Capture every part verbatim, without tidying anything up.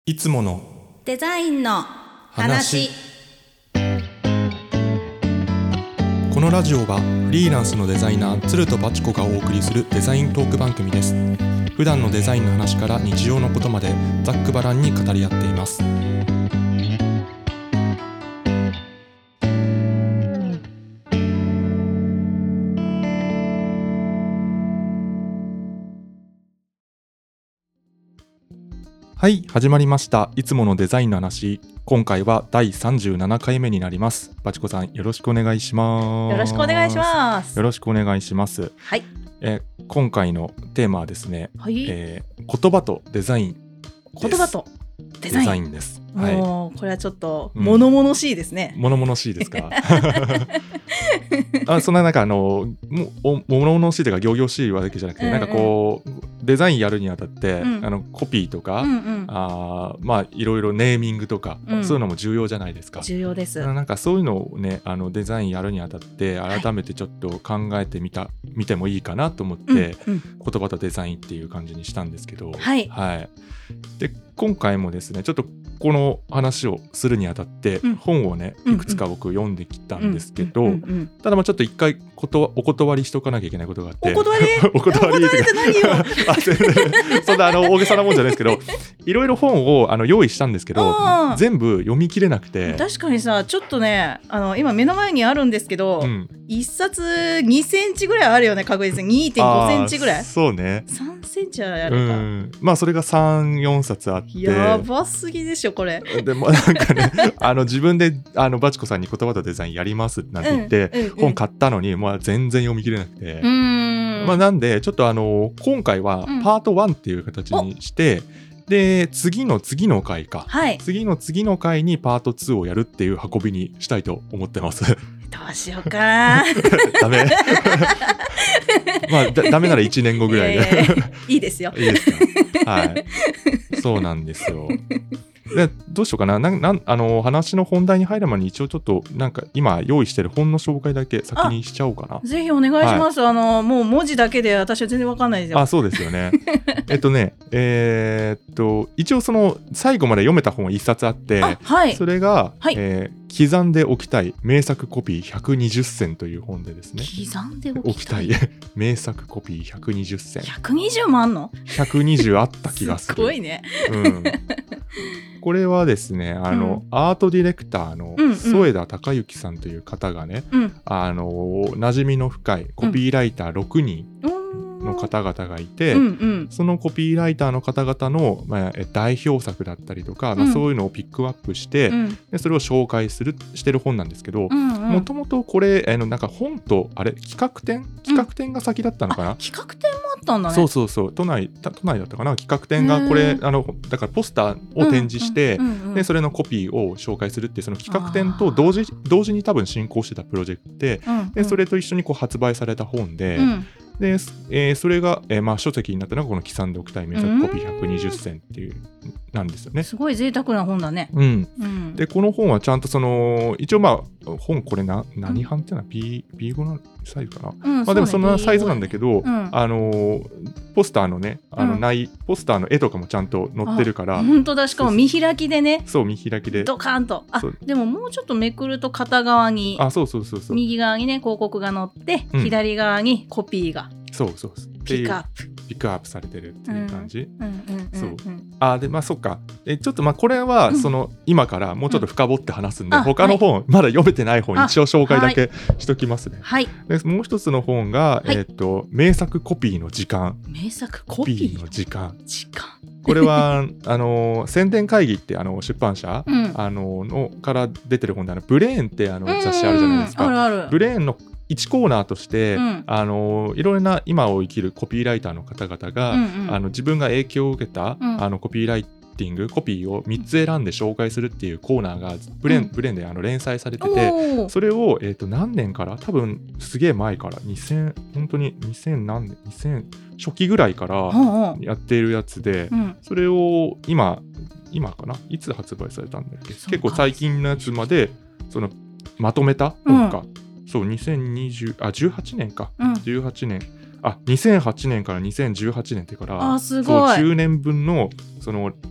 いつものデザインの話。 このラジオはフリーランスのデザイナー鶴とバチコがお送りするデザイントーク番組です。普段のデザインの話から日常のことまでざっくばらんに語り合っています。はい、始まりました。いつものデザインの話。今回はだいさんじゅうななかいめになります。バチコさん、よろしくお願いします。 よろしくお願いします。 よろしくお願いします。 はい。 えー、今回のテーマはですね、 はい、 えー、言葉とデザインです。 言葉とデザイン、 デザインです。 はい、もうこれはちょっと物々しいですね。 うん、物々しいですか。あ、そんななんかあのも物々しいというか仰々しいわけじゃなくて、うんうん、なんかこうデザインやるにあたって、うん、あのコピーとか、うんうん、あまあいろいろネーミングとか、うん、そういうのも重要じゃないですか。 重要です。 なんかそういうのをね、あのデザインやるにあたって改めてちょっと考えてみた、はい、見てもいいかなと思って、うんうん、言葉とデザインっていう感じにしたんですけど、 はい、 はい、で今回もですねちょっとこの話をするにあたって、うん、本をねいくつか僕読んできたんですけど、ただまあちょっと一回ことお断りしとかなきゃいけないことがあって。 お断りお断りって何よあ全然そんなあの大げさなもんじゃないですけど、いろいろ本をあの用意したんですけど全部読み切れなくて。 確かにさちょっとねあの今目の前にあるんですけど、うん、いっさつにセンチぐらいあるよね。確実に にてんご センチぐらい。 そうね、 さんセンチはあるか、うん、 まあそれが さん,よん 冊あって、 やばすぎでしょこれ。 でもなんかねあの自分であのバチコさんに言葉とデザインやりますなんて言って、うんうんうん、本買ったのに、まあ、全然読み切れなくて、 うーん、 まあ、なんでちょっとあの今回はパートワンっていう形にして、うん、で次の次の回か、 はい、 次の次の回にパートツーをやるっていう運びにしたいと思ってます。 どうしようかなダメまあだダメならいちねんごぐらいで、えー、いいですよ。 いいですか。はい、そうなんですよ。でどうしようかな、なんなんあの話の本題に入る前に一応ちょっとなんか今用意してる本の紹介だけ先にしちゃおうかな。 ぜひお願いします、はい、あのもう文字だけで私は全然わかんないですよ。 あ、そうですよね。えっとねえー、っと一応その最後まで読めた本がいっさつあって、 はい、 それが、 はい、 えー刻んでおきたい名作コピーひゃくにじゅっせんという本でですね。 刻んでおきたい名作コピーひゃくにじゅっせん。 ひゃくにじゅうもあんの？ ひゃくにじゅうあった気がする。 すごいね。 うん、これはですねあの、うん、アートディレクターの添田孝之さんという方がね、うんうん、あの馴染みの深いコピーライターろくにん、うんの方々がいて、うんうん、そのコピーライターの方々の、まあ、代表作だったりとか、うんまあ、そういうのをピックアップして、うん、でそれを紹介するしてる本なんですけど、もともとこれあのなんか本とあれ企画展企画展が先だったのかな、 うん、企画展もあったんだね。 そうそうそう都内都内だったかな。企画展がこれあのだからポスターを展示して、うんうんうんうん、でそれのコピーを紹介するっていうその企画展と同時同時に多分進行してたプロジェクトで、うんうん、でそれと一緒にこう発売された本で、うんでえー、それが、えーまあ、書籍になったのがこの刻んでおきたい名作コピーひゃくにじゅっせんっていうなんですよね。 すごい贅沢な本だね、 うんうん、でこの本はちゃんとその一応まあ本これな何版っていうのは B、ビーご のサイズかな、うんまあ、でもそんなサイズなんだけど、うん、あのー、ポスターのねあのない、うん、ポスターの絵とかもちゃんと載ってるから。 本当だ。しかも見開きでね。 そう見開きでドカーンと。あでももうちょっとめくると片側にあそうそうそうそう右側にね広告が載って、うん、左側にコピーがそうそうピックアップピックアップされてるっていう感じ。 うんうんうんうん、 そうあでまあそっかえちょっとまあこれはその、うん、今からもうちょっと深掘って話すんで、うん、他の本、はい、まだ読めてない本一応紹介だけしときますね。 はい、 でもう一つの本が、はい、えー、と名作コピーの時間。 名作コピーの時間時間これはあの宣伝会議ってあの出版社、うん、あののから出てる本であのブレーンってあの雑誌あるじゃないですか。 あるある。 ブレーンのいちコーナーとして、うん、あのいろいろな今を生きるコピーライターの方々が、うんうん、あの自分が影響を受けた、うん、あのコピーライティングコピーをみっつ選んで紹介するっていうコーナーがブレーン、うん、ブレーンであの連載されてて、それを、えーと、何年から多分すげえ前からにせん本当ににせん何年にせん初期ぐらいからやっているやつで、うん、それを今今かないつ発売されたんだっけ。結構最近のやつまでそのまとめた本か、うん、そうにせんにじゅうあじゅうはちねんか、うん、じゅうはちねんあにせんはちねんからにせんじゅうはちねんってからあすごいそうじゅうねんぶんのその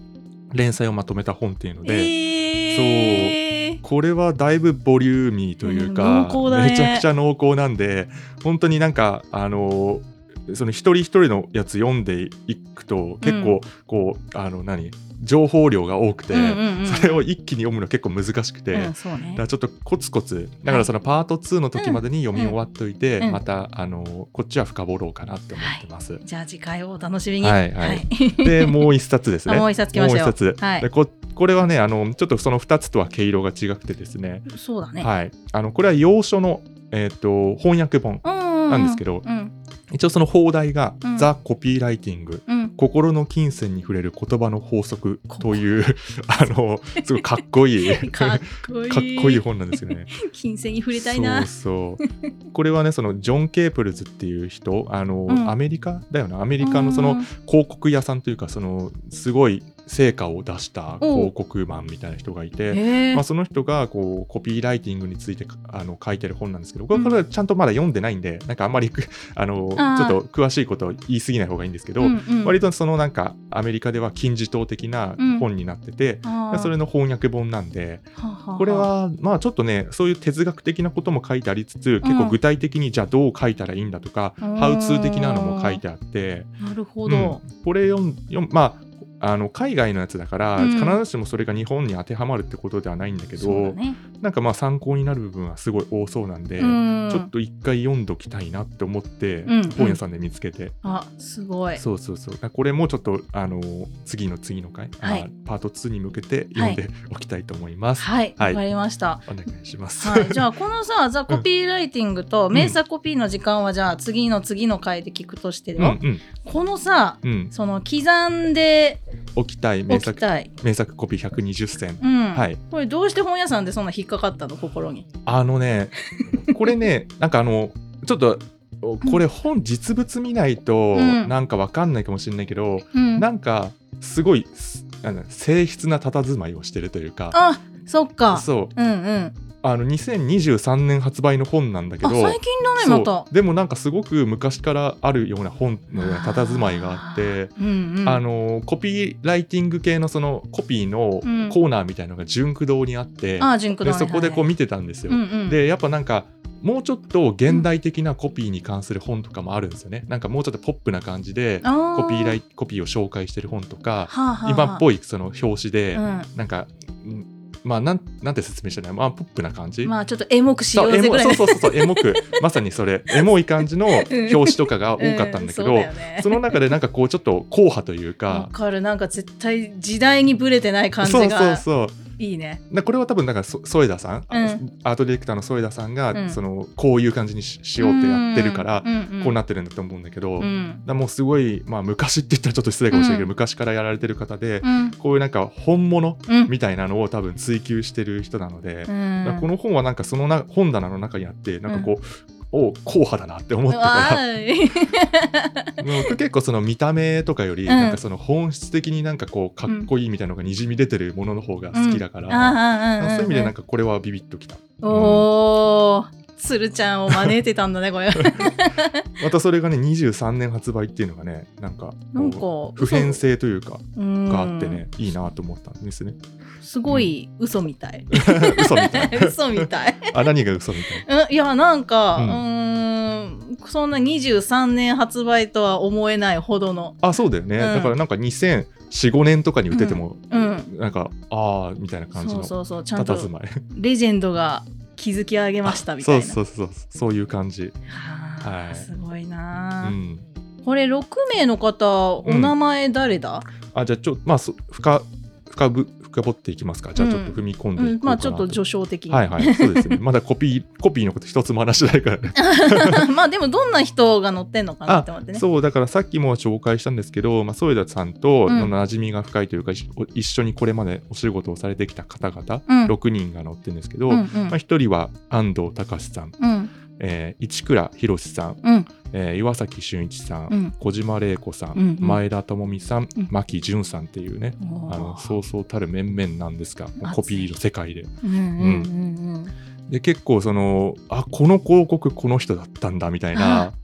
連載をまとめた本っていうので、 えー、 そうこれはだいぶボリューミーというか、 濃厚だね、 めちゃくちゃ濃厚なんで、本当になんかあのその一人一人のやつ読んでいくと結構こう、うん、あの何情報量が多くて、うんうんうん、それを一気に読むの結構難しくて、うんそうね、だからちょっとコツコツだからそのパートツーの時までに読み終わっといて、うんうん、またあのこっちは深掘ろうかなって思ってます、はい、 じゃあ次回をお楽しみに、 はいはいはい、でもう一冊ですねもう一冊来ましたよ、 もう一冊、はい、で こ, これはねあのちょっとその二つとは毛色が違くてですね、 そうだね、 はい、あのこれは洋書の、えー、と翻訳本なんですけど、うんうん、一応その放題が、うん、ザ・コピーライティング、うん、心の金銭に触れる言葉の法則というあのすごいかっこいいかっこいいかっこいい本なんですよね。 金銭に触れたいな。 そうそうこれはねそのジョン・ケープルズっていう人あの、うん、アメリカだよなアメリカのその広告屋さんというかそのすごい成果を出した広告マンみたいな人がいて、まあ、その人がこうコピーライティングについてあの書いてる本なんですけど、これはちゃんとまだ読んでないんで、うん、なんかあんまりあのあちょっと詳しいことを言い過ぎない方がいいんですけど、うんうん、割とそのなんかアメリカでは金字塔的な本になってて、うん、それの翻訳本なんで、これはまあちょっとねそういう哲学的なことも書いてありつつ、結構具体的にじゃあどう書いたらいいんだとか、うん、ハウツー的なのも書いてあって、 なるほど、うん、 これ読ん読まああの海外のやつだから、うん、必ずしもそれが日本に当てはまるってことではないんだけど、ね、なんかまあ参考になる部分はすごい多そうなんで、うん、ちょっと一回読んどきたいなって思って、うん、本屋さんで見つけて、 あすごいそうそうそうこれもちょっとあの次の次の回、はい、パートツーに向けて読んでおきたいと思いますはい、はい、わかりました、 お願いします、 はい、じゃあこのさザ・コピーライティングと名作コピーの時間はじゃあ次の次の回で聞くとしてよ、うんうん、このさ、うん、その刻んでおきたい名作名作コピーひゃくにじゅっせん、 うんはい、これどうして本屋さんでそんな引っかかったの心に。 あのねこれねなんかあのちょっとこれ本実物見ないとなんかわかんないかもしれないけど、うん、なんかすごい静筆な佇まいをしてるというか。 あそっかそう、 うんうんあのにせんにじゅうさんねん発売の本なんだけど、 最近だねまた。 でもなんかすごく昔からあるような本のような佇まいがあって、うんうん、あのコピーライティング系のそのコピーのコーナーみたいなのが純駆動にあって、 うん、あ純駆動でそこでこう見てたんですよ、はいはい、でやっぱなんかもうちょっと現代的なコピーに関する本とかもあるんですよね。なんかもうちょっとポップな感じでコピーライコピーを紹介してる本とか、はあはあ、今っぽいその表紙で、うん、なんかまあ、なん、なんて説明してない、まあ、ポップな感じ、 まあちょっとエモくしようぜぐらい、 そうそうそうそうエモくまさにそれエモい感じの表紙とかが多かったんだけど、うんうん そ, ね、その中でなんかこうちょっと硬派というか、 わかる、なんか絶対時代にブレてない感じがそうそうそういいね。 これは多分なんか添田さん、うん、アートディレクターの添田さんが、うん、そのこういう感じに し, しようってやってるから、うんうん、こうなってるんだと思うんだけど、うん、だもうすごい、まあ、昔って言ったらちょっと失礼かもしれないけど、うん、昔からやられてる方で、うん、こういうなんか本物みたいなのを多分追求してる人なので、うん、この本はなんかそのな本棚の中にあってなんかこう、うんお硬派だなって思ったから僕結構その見た目とかよりなんかその本質的になんかこうかっこいいみたいなのがにじみ出てるものの方が好きだから、うん、そういう意味でなんかこれはビビッときた。 おー、つるちゃんを招いてたんだねこれまたそれがねにじゅうさんねん発売っていうのがねなんか普遍性というかがあってねいいなと思ったんですね。 すごい嘘みたい嘘みたい嘘みたいあ何が嘘みたい、 うん、いやなんか、うん、うーんそんなにじゅうさんねん発売とは思えないほどの。 あそうだよね、うん、だからなんかにせんよん、ごねんとかに売ってても、うんうん、なんかあーみたいな感じのそうそうそうちゃんとレジェンドが築き上げましたみたいなそうそうそうそういう感じ。 は、はい、すごいな、うん、これろくめいの方お名前誰だ、 うん、あじゃあちょっとまあ深深ぶ深掘っていきますか。じゃあちょっと踏み込んでいこうかなと、うんうん、 まあちょっと序章的にはいはいそうですねまだコピーコピーのこと一つも話してないからねまあでもどんな人が載ってんのかなって思ってね。 そうだからさっきも紹介したんですけど、まあ、添田さんとの馴染みが深いというか、うん、一緒にこれまでお仕事をされてきた方々、うん、ろくにんが載ってるんですけど、うんうんまあ、ひとりは安藤隆さん、うんえー、市倉博さん、うんえー、岩崎俊一さん、うん、小島玲子さん、うんうん、前田智美さん、うん、牧純さんっていうね、あのそうそうたる面々なんですがコピーの世界で、うんうんうんうん、で結構そのあこの広告この人だったんだみたいな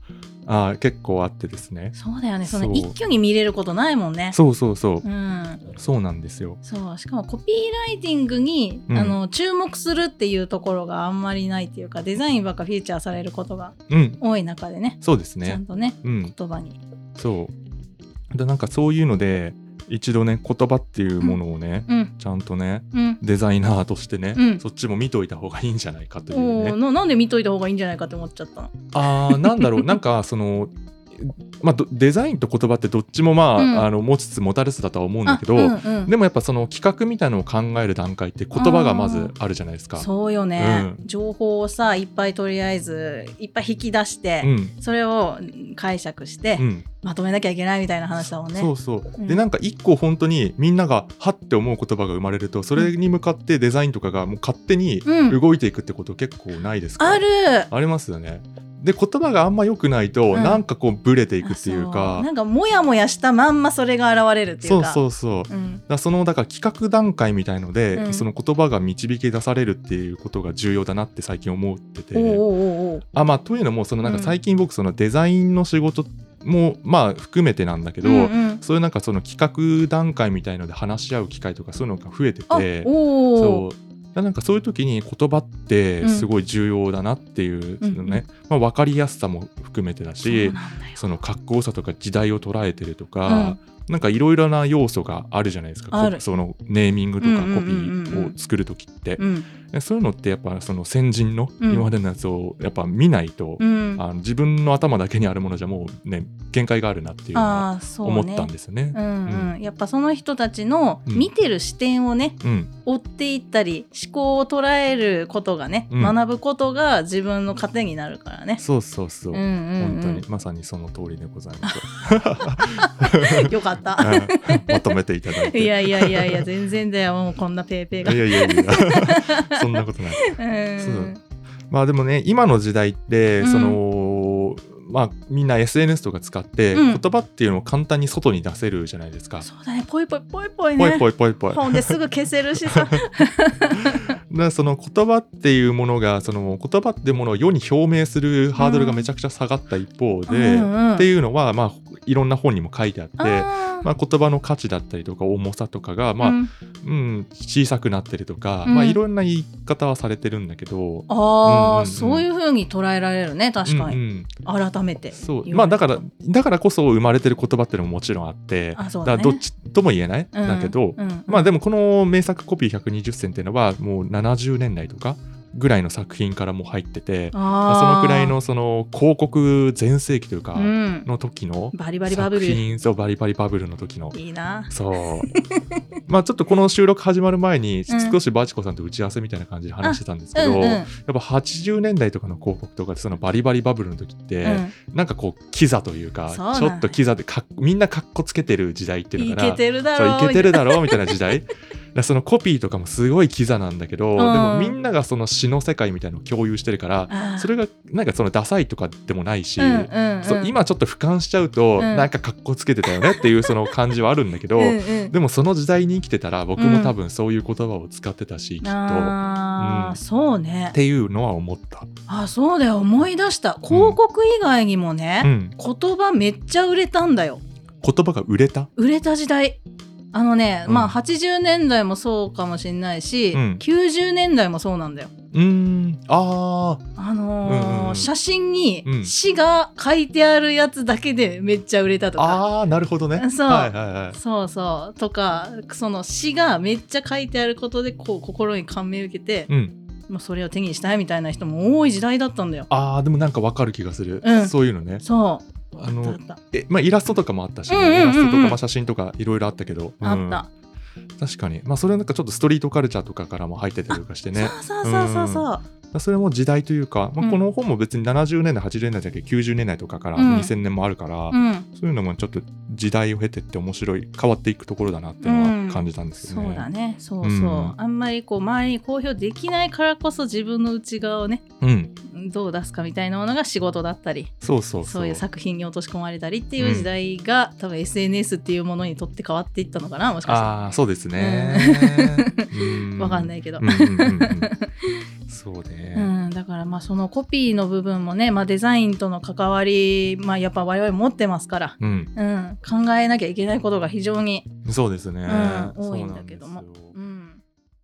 あ結構あってですね。 そうだよね、その一挙に見れることないもんね。 そうそうそう、 うん、 そうなんですよ。 そうしかもコピーライティングに、うん、あの注目するっていうところがあんまりないっていうか、デザインばっかフィーチャーされることが多い中でね、うん、 そうですね、 ちゃんとね、うん、言葉にそうでなんかそういうので一度ね言葉っていうものをね、うん、ちゃんとね、うん、デザイナーとしてね、うん、そっちも見といた方がいいんじゃないかというね。 な, なんで見といた方がいいんじゃないかって思っちゃったの。 あーなんだろうなんかそのまあ、デザインと言葉ってどっちもまあ、うん、あの持ちつ持たれつだとは思うんだけど、うんうん、でもやっぱその企画みたいなのを考える段階って言葉がまずあるじゃないですか。 そうよね、うん、情報をさいっぱいとりあえずいっぱい引き出して、うん、それを解釈して、うん、まとめなきゃいけないみたいな話だもんね。 そうそう、うん、でなんか一個本当にみんながはって思う言葉が生まれるとそれに向かってデザインとかがもう勝手に動いていくってこと結構ないですか、 うん、あるありますよね。で言葉があんま良くないと、うん、なんかこうブレていくっていうか、 なんかモヤモヤしたまんまそれが現れるっていうか、 そうそうそう、うん、だそのだから企画段階みたいので、うん、その言葉が導き出されるっていうことが重要だなって最近思ってて、おうおうおうあ、まあ、というのもそのなんか最近僕そのデザインの仕事もまあ含めてなんだけど、うんうん、そういうなんかその企画段階みたいので話し合う機会とかそういうのが増えてて、そうなんかそういう時に言葉ってすごい重要だなっていう、うんそのねまあ、分かりやすさも含めてだし、そのかっこよさとか時代を捉えてるとか、うんなんかいろいろな要素があるじゃないですか。そのネーミングとかコピーを作るときって、うんうん、そういうのってやっぱその先人の今までのやつをやっぱ見ないと、うん、あの自分の頭だけにあるものじゃもうね限界があるなっていうのは思ったんですよね。 うんうんうん、やっぱその人たちの見てる視点をね、うん、追っていったり思考を捉えることがね、うん、学ぶことが自分の糧になるからね。 そうそうそう、うんうんうん、本当にまさにその通りでございますよかったまとめていただいて。 いやいやいやいや全然だよ、もうこんなペーペーが。 いやいやいやそんなことない。そうまあでもね今の時代って、うん、そのまあみんな エスエヌエス とか使って、うん、言葉っていうのを簡単に外に出せるじゃないですか。 そうだね、ポイポイポイポイね、 ポイポイポイポイほんですぐ消せるしさだその言葉っていうものがその言葉っていうものを世に表明するハードルがめちゃくちゃ下がった一方で、うんうんうん、っていうのはまあいろんな本にも書いてあって、あ、まあ、言葉の価値だったりとか重さとかが、まあうんうん、小さくなってるとか、うんまあ、いろんな言い方はされてるんだけど、 あ、うんうんうん、そういう風に捉えられるね、確かに、うんうん、改めてそう、まあ、だからだからこそ生まれてる言葉っていうのももちろんあって、 あ、そうだね、 だからどっちとも言えない、うん、だけど、うんうん、まあでもこの名作コピーひゃくにじゅっせんっていうのはもうななじゅうねんだいとかぐらいの作品からも入ってて、あそのくらいのその広告全盛期というかの時のバリバリバブル、 そうバリバリバブルの時のいいな。 そうまあちょっとこの収録始まる前に少しバチコさんと打ち合わせみたいな感じで話してたんですけど、うんうんうん、やっぱはちじゅうねんだいとかの広告とかでそのバリバリバブルの時って、うん、なんかこうキザというかちょっとキザでかみんなかっこつけてる時代っていうのかな、 イケてるだろうそうイケてるだろうみたいな時代そのコピーとかもすごいキザなんだけど、うん、でもみんながその詩の世界みたいなのを共有してるからそれがなんかそのダサいとかでもないし、うんうんうん、そう今ちょっと俯瞰しちゃうと、うん、なんかかっこつけてたよねっていうその感じはあるんだけどうん、うん、でもその時代に生きてたら僕も多分そういう言葉を使ってたし、うん、きっとあ、うん、そうねっていうのは思った。 あ、そうだよ、思い出した。広告以外にもね、うん、言葉めっちゃ売れたんだよ。 言葉が売れた売れた時代、あのね、うん、まあはちじゅうねんだいもそうかもしれないし、うん、きゅうじゅうねんだいもそうなんだよ。 うーん、ああのーうんうん、写真に詩が書いてあるやつだけでめっちゃ売れたとか、 ああ、なるほどね。 そう、 はいはいはい、 そうそうとか、その詩がめっちゃ書いてあることでこう心に感銘を受けて、うん、もうそれを手にしたいみたいな人も多い時代だったんだよ。 ああ、でもなんかわかる気がする、うん、そういうのね。 そうあのえ、まあ、イラストとかもあったし、ね、うんうんうんうん、イラストとか、まあ、写真とかいろいろあったけど、 あった、 うん、確かに、まあ、それはなんかちょっとストリートカルチャーとかからも入ってたりとかしてね。 そうそうそうそう、 うん、それも時代というか、まあ、この本も別にななじゅうねんだいはちじゅうねんだいじゃなくてきゅうじゅうねんだいとかからにせんねんもあるから、うん、そういうのもちょっと時代を経てって面白い変わっていくところだなっていうのは感じたんですけどね、 うん、そうだね、そうそう、うん、あんまりこう周りに公表できないからこそ自分の内側をね、うん、 どう出すかみたいなものが仕事だったり、 そうそうそう、 そういう作品に落とし込まれたりっていう時代が、うん、多分 エスエヌエス っていうものにとって変わっていったのかな、もしかして。 ああそうですね、 うん、わかんないけど、 うんうんうんうん、そうね、 うん、だからまあそのコピーの部分もね、まあ、デザインとの関わり、まあ、やっぱ我々持ってますから、うんうん、考えなきゃいけないことが非常にそうですね、 うん、多いんだけども、うん、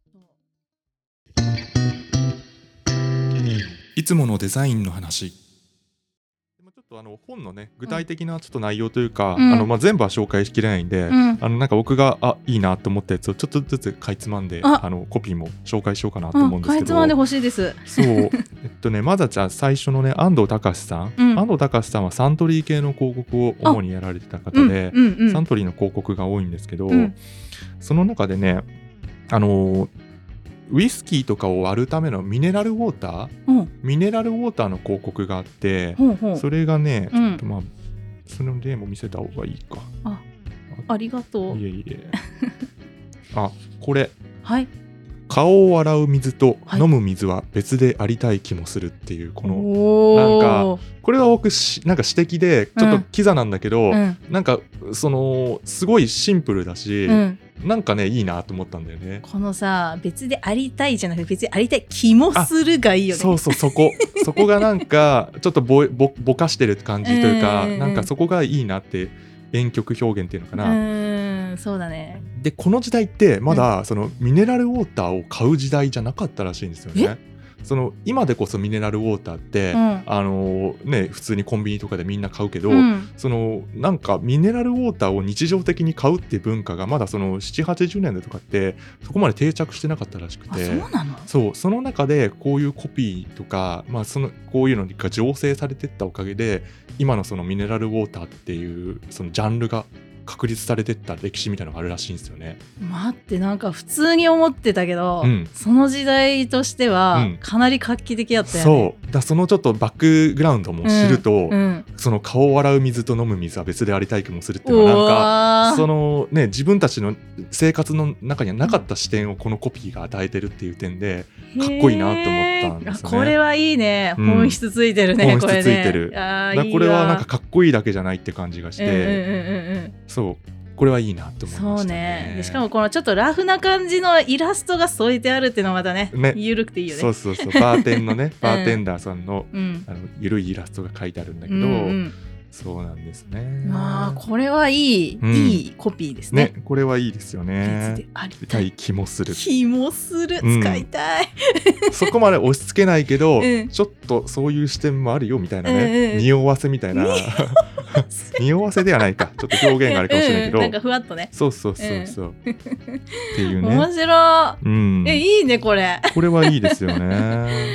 いつものデザインの話、ちょっとあの本のね具体的なちょっと内容というか、うん、あのまあ、全部は紹介しきれないんで、うん、あのなんか僕があいいなと思ったやつをちょっとずつかいつまんで、ああのコピーも紹介しようかなと思うんですけど、 かいつまんでほしいです。 そうえっとねまずはじゃあ最初のね安藤隆さん、うん、安藤隆さんはサントリー系の広告を主にやられてた方で、うんうんうん、サントリーの広告が多いんですけど、うん、その中でねあのーウイスキーとかを割るためのミネラルウォーター、うん、ミネラルウォーターの広告があって、ほうほう、それがね、ちょっとまあ、うん、その例も見せた方がいいか。 あ、ありがとう。 いえいえ。あ、これ。 はい。 顔を洗う水と飲む水は別でありたい気もするっていう、この、なんか、これは僕なんか指摘でちょっとキザなんだけど、うん、なんかそのすごいシンプルだし、うん、なんかねいいなと思ったんだよね。 このさ別でありたいじゃなくて別にありたい気もするがいいよね。 そうそうそこそこがなんかちょっと ぼ, ぼ, ぼかしてる感じというか、うんうん、なんかそこがいいなって婉曲表現っていうのかな。 うんそうだね。 でこの時代ってまだそのミネラルウォーターを買う時代じゃなかったらしいんですよね。その今でこそミネラルウォーターって、うん、あのね、普通にコンビニとかでみんな買うけど、うん、そのなんかミネラルウォーターを日常的に買うっていう文化がまだそのななじゅうはちじゅうねんだいとかってそこまで定着してなかったらしくて、 そうなの？ そう、その中でこういうコピーとか、まあ、そのこういうのが醸成されていったおかげで今のそのミネラルウォーターっていうそのジャンルが確立されてった歴史みたいなのがあるらしいんですよね。 待ってなんか普通に思ってたけど、うん、その時代としてはかなり画期的だったよね、 うん、そうだそのちょっとバックグラウンドも知ると、うんうん、その顔を洗う水と飲む水は別でありたい気もするっていうのはなんかその、ね、自分たちの生活の中にはなかった視点をこのコピーが与えてるっていう点でかっこいいなと思ったんですよね。 これはいいね、うん、本質ついてるね。 本質ついてる、これね、あだこれはなんかかっこいいだけじゃないって感じがして、うんうんうんうん、そうこれはいいなって思いましたね。そうね。 でしかもこのちょっとラフな感じのイラストが添えてあるっていうのはまたね、ねゆるくていいよね。 そうそうそうバーテンのねバーテンダーさんの、うん、あのゆるいイラストが書いてあるんだけど、うんうん、そうなんですね。 まあこれはいい、うん、いいコピーですね。 ねこれはいいですよね。別でありたい気もする。 気もする、使いたい。 うん、そこまで押し付けないけど、うん、ちょっとそういう視点もあるよみたいなね、うんうん、匂わせみたいな。匂わせではないかちょっと表現があるかもしれないけど、 うん、なんかふわっとねそうそうそうそう、うん、っていうね面白い、うん、えいいねこれこれはいいですよね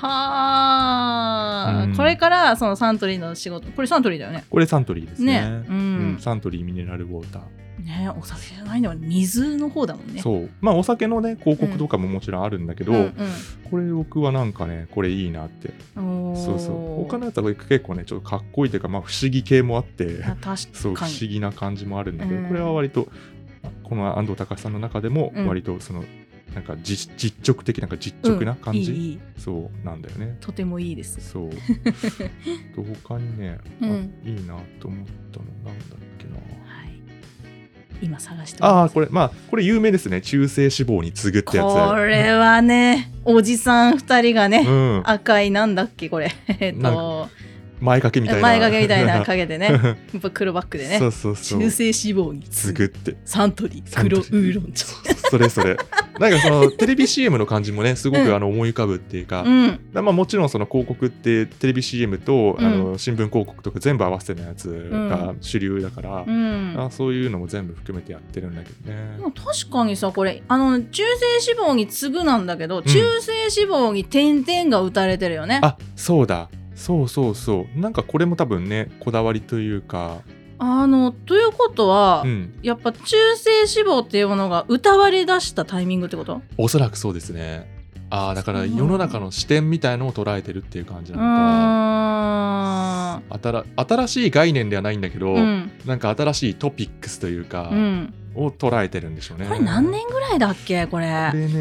はあ、うん、これからそのサントリーの仕事これサントリーだよね。 これサントリーですね、 ね、うんうん、 サントリーミネラルウォーターね、お酒じゃないんだよね水の方だもんね。 そうまあお酒のね広告とかももちろんあるんだけど、うんうんうん、これ僕はなんかねこれいいなってそうそう他のやつは結構ねちょっとかっこいいというか、まあ、不思議系もあってそう不思議な感じもあるんだけど、うん、これは割とこの安藤隆さんの中でも割とその、うん、なんか 実, 実直的なんか実直な感じ、うん、いいいいそうなんだよね。 とてもいいです。 そう他にね、うん、いいなと思ったのなんだっけな、 今探してます。 ああこれまあこれ有名ですね。中性脂肪に次ぐってやつ。 これはねおじさんふたりがね、うん、赤いなんだっけこれえっと前掛けみたいな前掛けみたいな影でねやっぱ黒バックでねそうそうそう中性脂肪に次ぐってサントリー黒ウーロン茶それそれなんかそのテレビ シーエム の感じもねすごくあの思い浮かぶっていうか、うん、まあもちろんその広告ってテレビ シーエム と、うん、あの新聞広告とか全部合わせてのやつが主流だから、うん、あそういうのも全部含めてやってるんだけどね。 でも確かにさこれあの中性脂肪に次ぐなんだけど、うん、中性脂肪に点々が打たれてるよね。 あそうだそうそうそうなんかこれも多分ねこだわりというかあのということは、うん、やっぱ中性脂肪っていうものが歌われ出したタイミングってこと？ おそらくそうですね。あだから世の中の視点みたいのを捉えてるっていう感じなのか。新, 新しい概念ではないんだけど、うん、なんか新しいトピックスというか、うん、を捉えてるんでしょうね。 これ何年ぐらいだっけこれ。 これね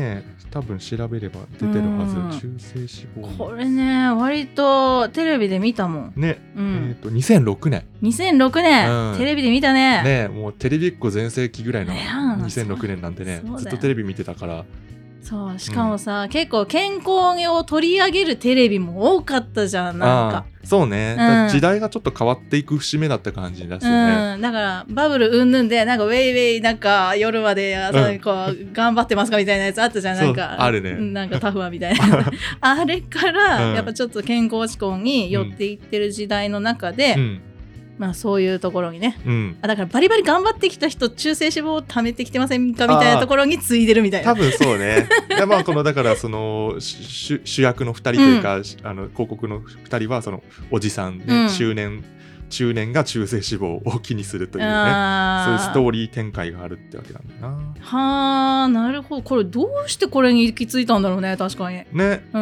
多分調べれば出てるはず、中性脂肪。 これね割とテレビで見たもんね、うん、えー、とにせんろくねんにせんろくねん、うん、テレビで見たね。 ね、もうテレビっ子全盛期ぐらいのにせんろくねんなんでね、ずっとテレビ見てたから。 そうしかもさ、うん、結構健康を取り上げるテレビも多かったじゃん。なんかそうね、うん、時代がちょっと変わっていく節目だった感じですよね、 うん、だからバブルうんぬんでなんかウェイウェイなんか夜まで朝にこう、うん、頑張ってますかみたいなやつあったじゃん。なんかあるね、 なんかタフはみたいなあれからやっぱちょっと健康志向に寄っていってる時代の中で、うん、まあそういうところにね、うん、あだからバリバリ頑張ってきた人中性脂肪を貯めてきてませんかみたいなところについでるみたいな。 多分そうねで、まあ、このだからその主, 主役のふたりというか、うん、あの広告のふたりはそのおじさん、ね、うん、中年中年が中性脂肪を気にするというね、そういうストーリー展開があるってわけなんだな。 はあ、なるほど。これどうしてこれに行き着いたんだろうね。確かにね、うん、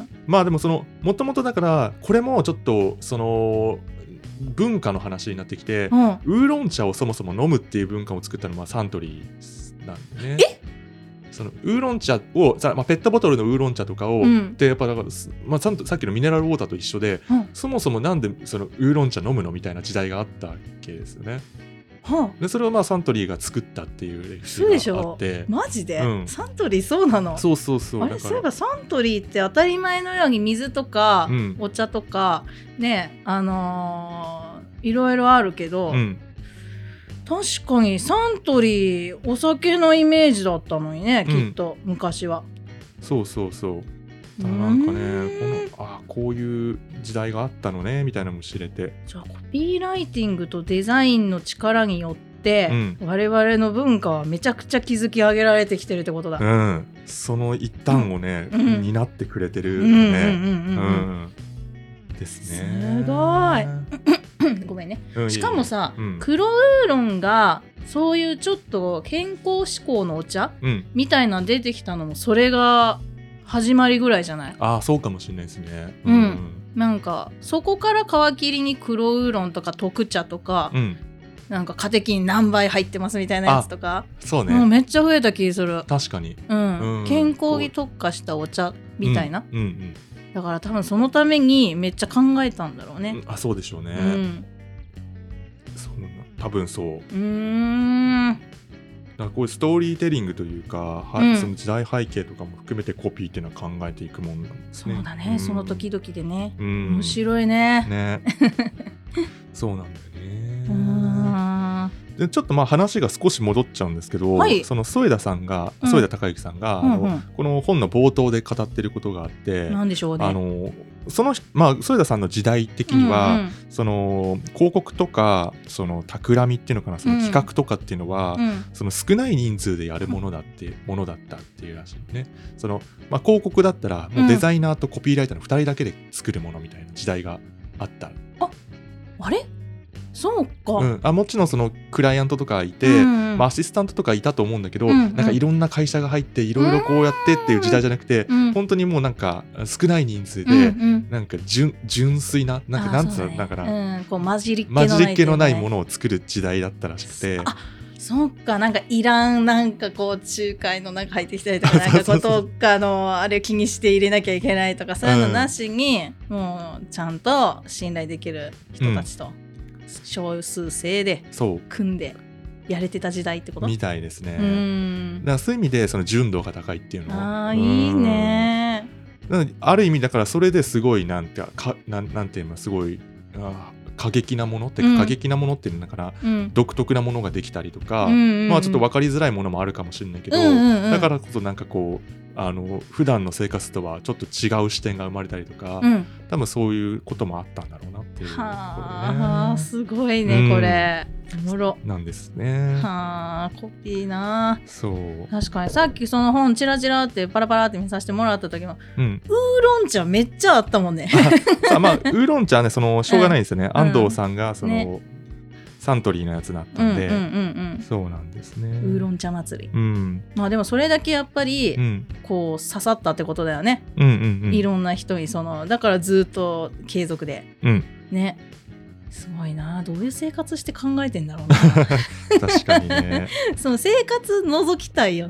まあでもそのもともとだからこれもちょっとその文化の話になってきて、うん、ウーロン茶をそもそも飲むっていう文化を作ったのはサントリーなんでね。 えそのウーロン茶をさ、まあ、ペットボトルのウーロン茶とかを、うん、でやっぱだから、まあ、さっきのミネラルウォーターと一緒で、うん、そもそもなんでそのウーロン茶飲むのみたいな時代があったわけですよね。はあ、でそれをまあサントリーが作ったっていう歴史があって。 マジで、うん、サントリーそうなの？ そうそうそう。 あれそういえばサントリーって当たり前のように水とか、うん、お茶とかね、あのー、いろいろあるけど、うん、確かにサントリーお酒のイメージだったのにね、きっと、うん、昔は。 そうそうそう。だなんかね、このあこういう時代があったのねみたいなのも知れて。 じゃあコピーライティングとデザインの力によって、うん、我々の文化はめちゃくちゃ築き上げられてきてるってことだ。 うん、その一端をね、うん、担ってくれてるね。ですね。 すごいごめんね、うん、しかもさ、うん、黒ウーロンがそういうちょっと健康志向のお茶、うん、みたいなの出てきたのもそれが始まりぐらいじゃない？ ああ、そうかもしれないですね。 うん、うん、なんかそこから皮切りに黒ウーロンとか特茶とか、うん、なんかカテキン何倍入ってますみたいなやつとか、 そうね、 もうめっちゃ増えた気する。 確かに、 うんうん、健康に特化したお茶みたいな、うんうんうん、だから多分そのためにめっちゃ考えたんだろうね、 うん、あ、そうでしょうね、うん、そう多分そう。うーん、 だからこういうストーリーテリングというか、うん、その時代背景とかも含めてコピーっていうのは考えていくもんなんですね。 そうだね、うん、その時々でね、うん、面白いね。 ねそうなんだよね。うーん、でちょっとまあ話が少し戻っちゃうんですけど、はい、その添田さんが、うん、添田孝之さんが、うんうんうん、あのこの本の冒頭で語ってることがあって、 なんでしょうね、 あのその、まあ、添田さんの時代的には、うんうん、その広告とかその企みっていうのかな、その企画とかっていうのは、うん、その少ない人数でやるものだって、うん、ものだったっていうらしいね。その、まあ、広告だったらもうデザイナーとコピーライターのふたりだけで作るものみたいな時代があった。 あ、あれそうか、 うん、あもちろんそのクライアントとかいて、うんうんまあ、アシスタントとかいたと思うんだけど、うんうん、なんかいろんな会社が入っていろいろこうやってっていう時代じゃなくて、うん、本当にもうなんか少ない人数で、うんうん、なんか 純, 純粋ななんかなんつうの、だから、うん、こう混じりっ気のないものを作る時代だったらしくて。 あ、そうか、なんかいらんなんかこう仲介のなんか入ってきたりとかなんかことかのあれ気にして入れなきゃいけないとかそういうのなしに、うん、もうちゃんと信頼できる人たちと、うん少数制で組んでやれてた時代ってことみたいですね。うん、だからそういう意味でその純度が高いっていうのは、あ、いいね。 ある意味だからそれですごいなんてかなんなんていうのすごいあ過激なものっていうか、うん、過激なものっていうのだから、うん、独特なものができたりとか、うんうんうん、まあちょっと分かりづらいものもあるかもしれないけど、うんうんうん、だからこそなんかこうあの普段の生活とはちょっと違う視点が生まれたりとか、うん、多分そういうこともあったんだろうなっていうところね。 はあ、すごいね、うん、これおもろなんですね。 はあ、コピーな。 そう確かにさっきその本チラチラってパラパラって見させてもらった時も、うん、ウーロン茶めっちゃあったもんね。 あ、まあ、ウーロン茶はねそのしょうがないですよね、うん、安藤さんがその、ね、サントリーのやつだったんで、うんうんうんうん、そうなんですね。 ウーロン茶祭り、うん、まあでもそれだけやっぱり、うん、こう刺さったってことだよね、うんうんうん、いろんな人にそのだからずっと継続で、うん、ね、すごいな。どういう生活して考えてんだろうな。 確かにね。 その生活覗きたいよね。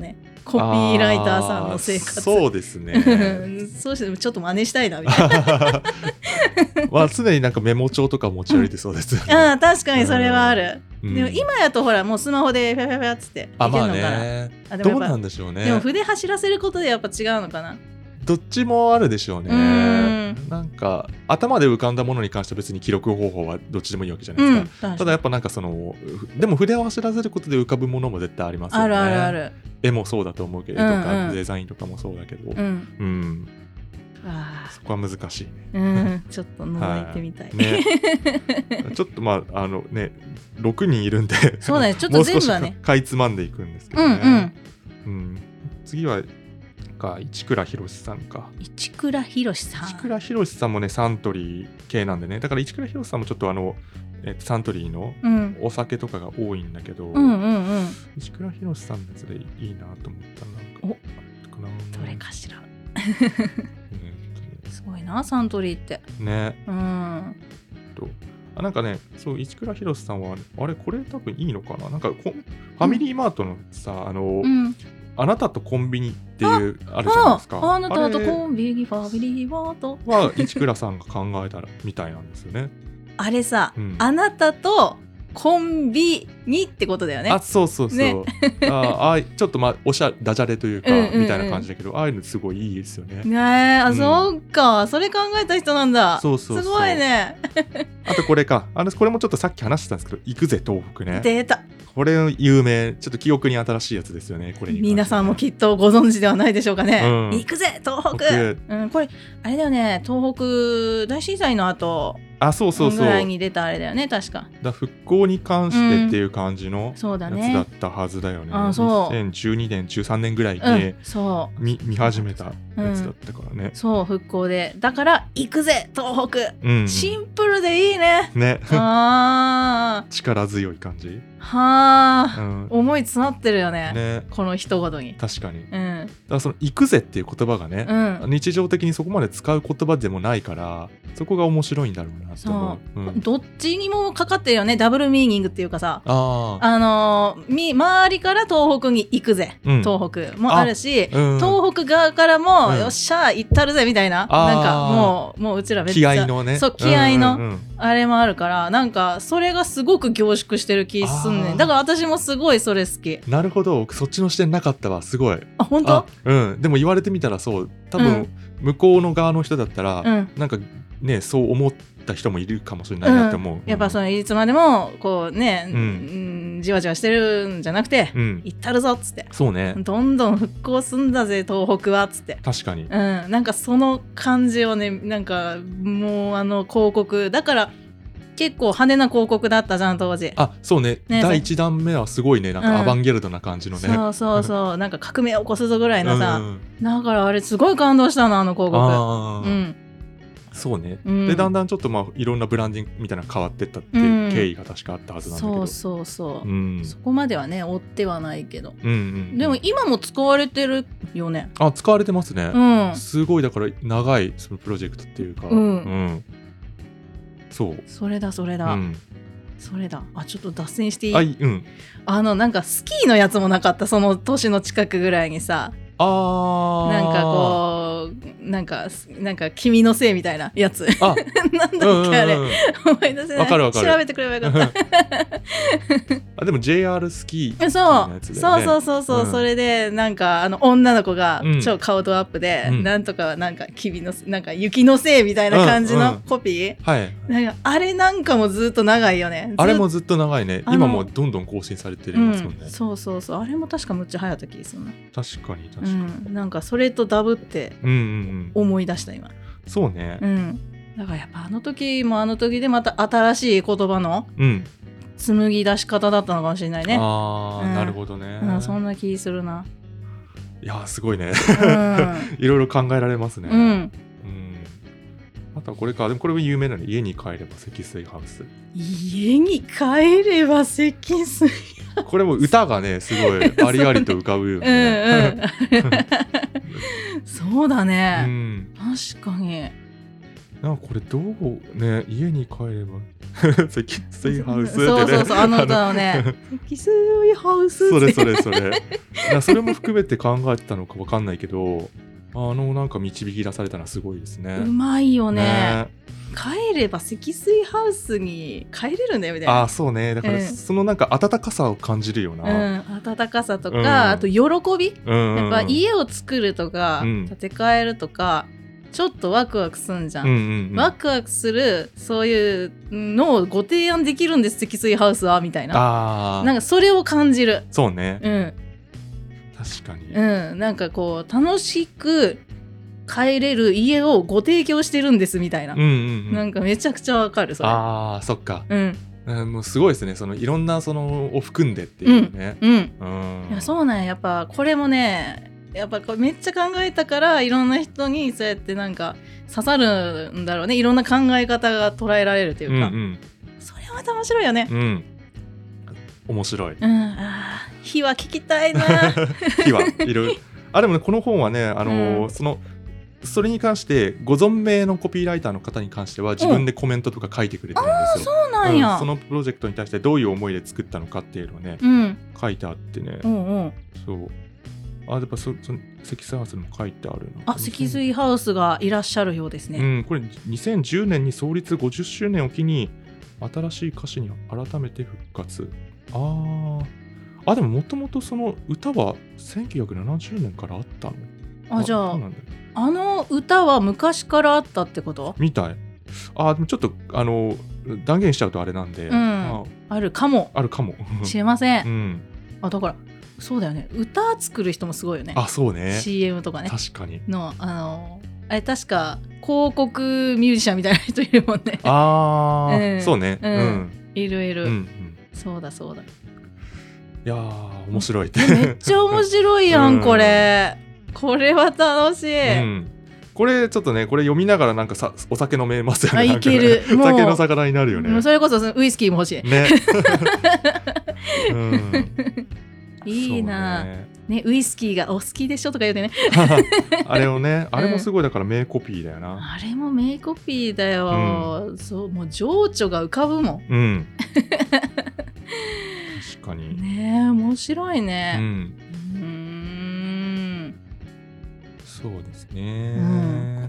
コピーライターさんの生活。 そうですねそうしてちょっと真似したいなみたいなまあ常になんかメモ帳とか持ち歩いてそうですよね、 あ確かにそれはある、 うん、 でも今やとほらもうスマホでフャフャフャっつっていけるのかな。 あまあねあでもやっぱどうなんでしょうね。 でも筆走らせることでやっぱ違うのかな。 どっちもあるでしょうね。 うんなんか頭で浮かんだものに関しては別に記録方法はどっちでもいいわけじゃないですか、 うん、 ただやっぱなんかそのでも筆を走らせることで浮かぶものも絶対ありますよね。 あるあるある。 絵もそうだと思うけど、 うんうん絵とかデザインとかもそうだけど、 うん、 うん、 あそこは難しいね。 うん、ちょっと覗いてみたい、 はいね、ちょっとまああのねろくにんいるんでそうだねちょっと全部はねもう少しかいつまんでいくんですけどね、 うんうんうん、次はか市倉博さんか。 市倉博さん市倉博さんもねサントリー系なんでね、だから市倉博さんもちょっとあの、えー、サントリーのお酒とかが多いんだけど、 うんうんうんうん、 市倉博さんのやつでいいなと思ったなんかおどれかしらうんすごいなサントリーってね。 うんとあなんかねそう市倉博さんはあれこれ多分いいのかな、なんかファミリーマートのさあの、 うんあなたとコンビニっていうあるじゃないですか。 あ, あなたとコンビニファミリーマートは市倉さんが考えたらみたいなんですよね。 あれさ、 うん、 あなたとコンビニってことだよね。 あそうそうそう、ね、ああちょっとまあおしゃダジャレというか、うんうんうん、みたいな感じだけどああいうのすごいいいですよね。 ねえあ、うん、そうかそれ考えた人なんだ。 そうそうそうすごいねあとこれかあのこれもちょっとさっき話してたんですけど行くぜ東北ね。 出たこれ有名ちょっと記憶に新しいやつですよね。これに皆さんもきっとご存知ではないでしょうかね、うん、行くぜ東北、うん、これあれだよね東北大震災の後あそうそうそうぐらいに出たあれだよね確か。 だ復興に関してっていう感じのやつだったはずだよね、 うん、そうにせんじゅうにねんじゅうさんねんぐらいに、 うん、そう見, 見始めたやつだったからね、 うん、そう復興でだから行くぜ東北、 うん、 シンプルでいいねねあ力強い感じはあ、うん、思い詰まってるよ ね, ねこの一言に。 確かに、 うん、 だからその行くぜっていう言葉がね、 うん、 日常的にそこまで使う言葉でもないからそこが面白いんだろうなと思う。 うん、どっちにもかかってるよねダブルミーニングっていうかさあ, あのー、周りから東北に行くぜ、うん、東北もあるし、うん、東北側からも、うん、よっしゃ行ったるぜみたいな、なんかもうもううちらめっちゃ気合のねそう気合の、うんうんうん、あれもあるからなんかそれがすごく凝縮してる気すんねん。だから私もすごいそれ好き。 なるほどそっちの視点なかったわすごい。 あ本当？ うんでも言われてみたらそう多分、うん、向こうの側の人だったら、うん、なんかねそう思った人もいるかもしれないなって思う、うん、 やっぱそのいつまでもこうね、うんうん、じわじわしてるんじゃなくて、うん、行ったるぞっつってそうねどんどん復興すんだぜ東北はっつって確かに、 うん、なんかその感じをねなんかもうあの広告だから結構派手な広告だったじゃん当時。 あそう ね, ねだいいちだんめはすごいねなんかアバンギャルドな感じのね、 うん、そうそうそうなんか革命を起こすぞぐらいのさ、うん、だからあれすごい感動したのあの広告。 あ、 うん、 そうね、うん、でだんだんちょっとまあいろんなブランディングみたいなの変わってったっていう経緯が確かあったはずなんだけど、 うん、そうそうそう、 うん、 そこまではね追ってはないけど、 うんうん、 でも今も使われてるよね。 あ使われてますね、 うん、 すごいだから長いそのプロジェクトっていうか、 うんうん、そうそれだそれだ、うん、それだ。あちょっと脱線していい？ あ、うん、 あのなんかスキーのやつもなかったその年の近くぐらいにさ。 あなんかこうなんかなんか君のせいみたいなやつあなんだっけあれ、うんうんうん、思い出せない。 わかるわかる調べてくればよかったあでも ジェイアール スキー、 ね、そうそうそうそうそう、うん、それでなんかあの女の子が超顔ドアップで、うん、なんとかなんか君のなんか雪のせいみたいな感じのコピー、 うんうん、はいなんかあれなんかもずっと長いよね。 あれもずっと長いね。今もどんどん更新されてるますもんね、 うん、そうそうそうあれも確かむっちゃ流行った気がするな。 確かに確かに、 うん、なんかそれとダブって思い出した今、 うんうんうん、そうね、 うん、だからやっぱあの時もあの時でまた新しい言葉の紡ぎ出し方だったのかもしれないね、うん、 あー、うん、なるほどね、 うん、そんな気するな。 いやすごいね、 うん、 いろいろ考えられますね、 うんうん、 あとはこれか。でもこれも有名なの家に帰れば積水ハウス。 家に帰れば積水これも歌がねすごいありありと浮かぶよねうん、うん、そうだね、 うん、 確かになんかこれどうね、家に帰れば積水ハウスってね、 そうそうそうあの歌のね積水ハウスそれそれそれなそれも含めて考えてたのか分かんないけど、あのなんか導き出されたのはすごいですね。 うまいよね。 ね、 帰れば積水ハウスに帰れるんだよみたいな。 あ、そうね、だからそのなんか温かさを感じるよな、 うん、温かさとか、 うん、 あと喜び、 うんうん、 やっぱ家を作るとか、うん、建て替えるとかちょっとワクワクすんじゃん、うんうんうん、ワクワクするそういうのをご提案できるんです積水ハウスはみたいな、あ、なんかそれを感じる。 そうね、 うん、 確かに、 うん、なんかこう楽しく帰れる家をご提供してるんですみたいな、うんうんうん、なんかめちゃくちゃわかるそれ。 あー、そっか、 うん、 もうすごいですね、そのいろんなそのを含んでっていうね、 うんうんうん、いやそうなんや、やっぱこれもねやっぱこれめっちゃ考えたからいろんな人にそうやってなんか刺さるんだろうね、いろんな考え方が捉えられるというか、うんうん、それはまた面白いよね、うん、 面白い、 うん、あ火は聞きたいな火はいるあでもねこの本はね、あのーうん、そのそれに関してご存命のコピーライターの方に関しては自分でコメントとか書いてくれてるんですよ、 うん、あ、そうなんや、 うん、そのプロジェクトに対してどういう思いで作ったのかっていうのをね、うん、書いてあってね、うんうん、そうあ、やっぱそその積水ハウスにも書いてあるな。 あ、積水ハウスがいらっしゃるようですね、 うん、これにせんじゅうねんに創立ごじゅっしゅうねんを機に新しい歌詞に改めて復活。あーあ、でももともとその歌はせんきゅうひゃくななじゅうねんからあったの。 あ、じゃああの歌は昔からあったってことみたい。あ、でもちょっとあの断言しちゃうとあれなんで、うん、 あ, あるかもあるかもしれません、 うん、 あ、だからそうだよね、歌作る人もすごいよね。 あ、そうね、 シーエム とかね、 確かにのあのあれ確か広告ミュージシャンみたいな人いるもんね。 あー、うん、そうね、 うんうん、いるいる、うんうん、そうだそうだ。いやー面白いめっちゃ面白いやん、うん、これこれは楽しい、うん、 これちょっとねこれ読みながらなんかさお酒飲めますよね。 あ、いける、 もう酒の魚になるよね。 もうそれこそウイスキーも欲しいね、うん、 いいな、ねね、ウイスキーがお好きでしょとか言うてねあれをね、あれもすごいだから名コピーだよな、うん、 あれも名コピーだよ、うん、そう、もう情緒が浮かぶもん、うん、 確かにねえ、面白いね、うん、うーん、 そうですね、 うん、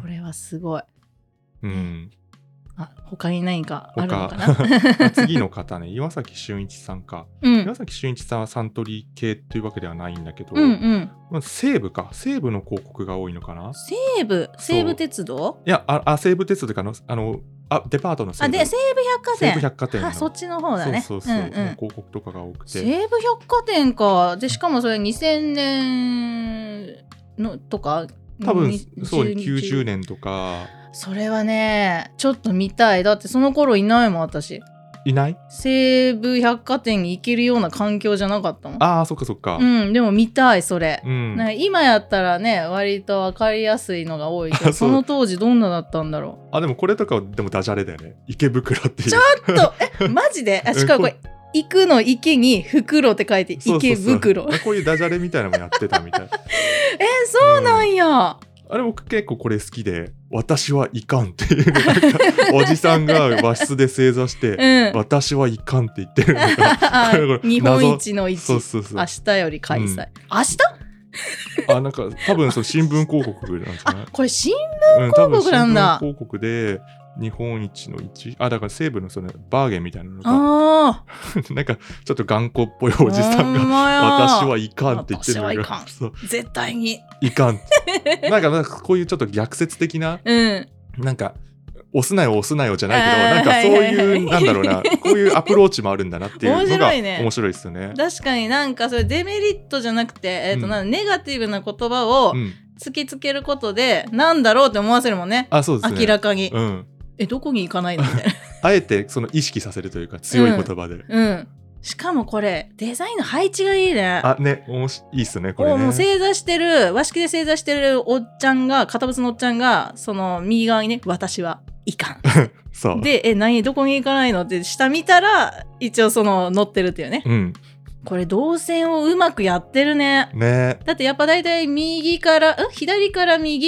これはすごい、 うん、 あ、他に何かあるのかな次の方ね、岩崎俊一さんか、うん、岩崎俊一さんはサントリー系というわけではないんだけど、うんうん、まあ、西武か西武の広告が多いのかな。 西武西武鉄道、 いや、ああ西武鉄道かのあのあデパートの西武、 あで西武百貨店、 西武百貨店の、 あ、そっちの方だね。 そうそうそう、うんうん、広告とかが多くて、 西武百貨店か。でしかもそれにせんねんのとか多分そうきゅうじゅうねんとか。 それはねちょっと見たい。だってその頃いないもん、私。 いない？ 西武百貨店に行けるような環境じゃなかったもん。 ああ、そっかそっか。 うん、でも見たいそれ、うん、なんか今やったらね割と分かりやすいのが多いけど、その当時どんなだったんだろう。 あ、でもこれとかでもダジャレだよね。池袋っていう。 ちょっとえマジで？あ、しかもこれ行くの池に袋って書いて池袋。 そうそうそう、こういうダジャレみたいなのもやってたみたい。え、 そうなんや、うん、 あれ僕結構これ好きで、私はいかんっていうなんかおじさんが和室で正座して、うん、私はいかんって言ってるのが日本一の一、そうそうそう、明日より開催、うん、明日あ、なんか多分そう新聞広告なんじゃない？ あ、これ新聞広告なんだ、 うん、新聞広告で日本一の一、あ、だから西武のそのバーゲンみたいなのがあなんかちょっと頑固っぽいおじさんが私はいかんって言ってるのが、 私はいかん、そう絶対にいかんなんかなんかこういうちょっと逆説的な、うん、なんか押すなよ押すなよじゃないけど、なんかそういうなんだろうな、こういうアプローチもあるんだなっていうのが面白いですよね。 確かになんかそれデメリットじゃなくて、えーと、なんかネガティブな言葉を突きつけることで、うん、なんだろうって思わせるもんね。 あ、そうですね、 明らかに、 うん、 えどこに行かないのみたいなあえてその意識させるというか強い言葉で、うん、 うん、しかもこれデザインの配置がいいね。 あ、ね、おもしいいっすねこれね。 もう正座してる和式で正座してるおっちゃんが、堅物のおっちゃんがその右側にね、私はいかんそうで、え何どこに行かないのって下見たら一応その乗ってるっていうね、 うん、 これ動線をうまくやってるね。 ね、 だってやっぱだいたい右からん左から右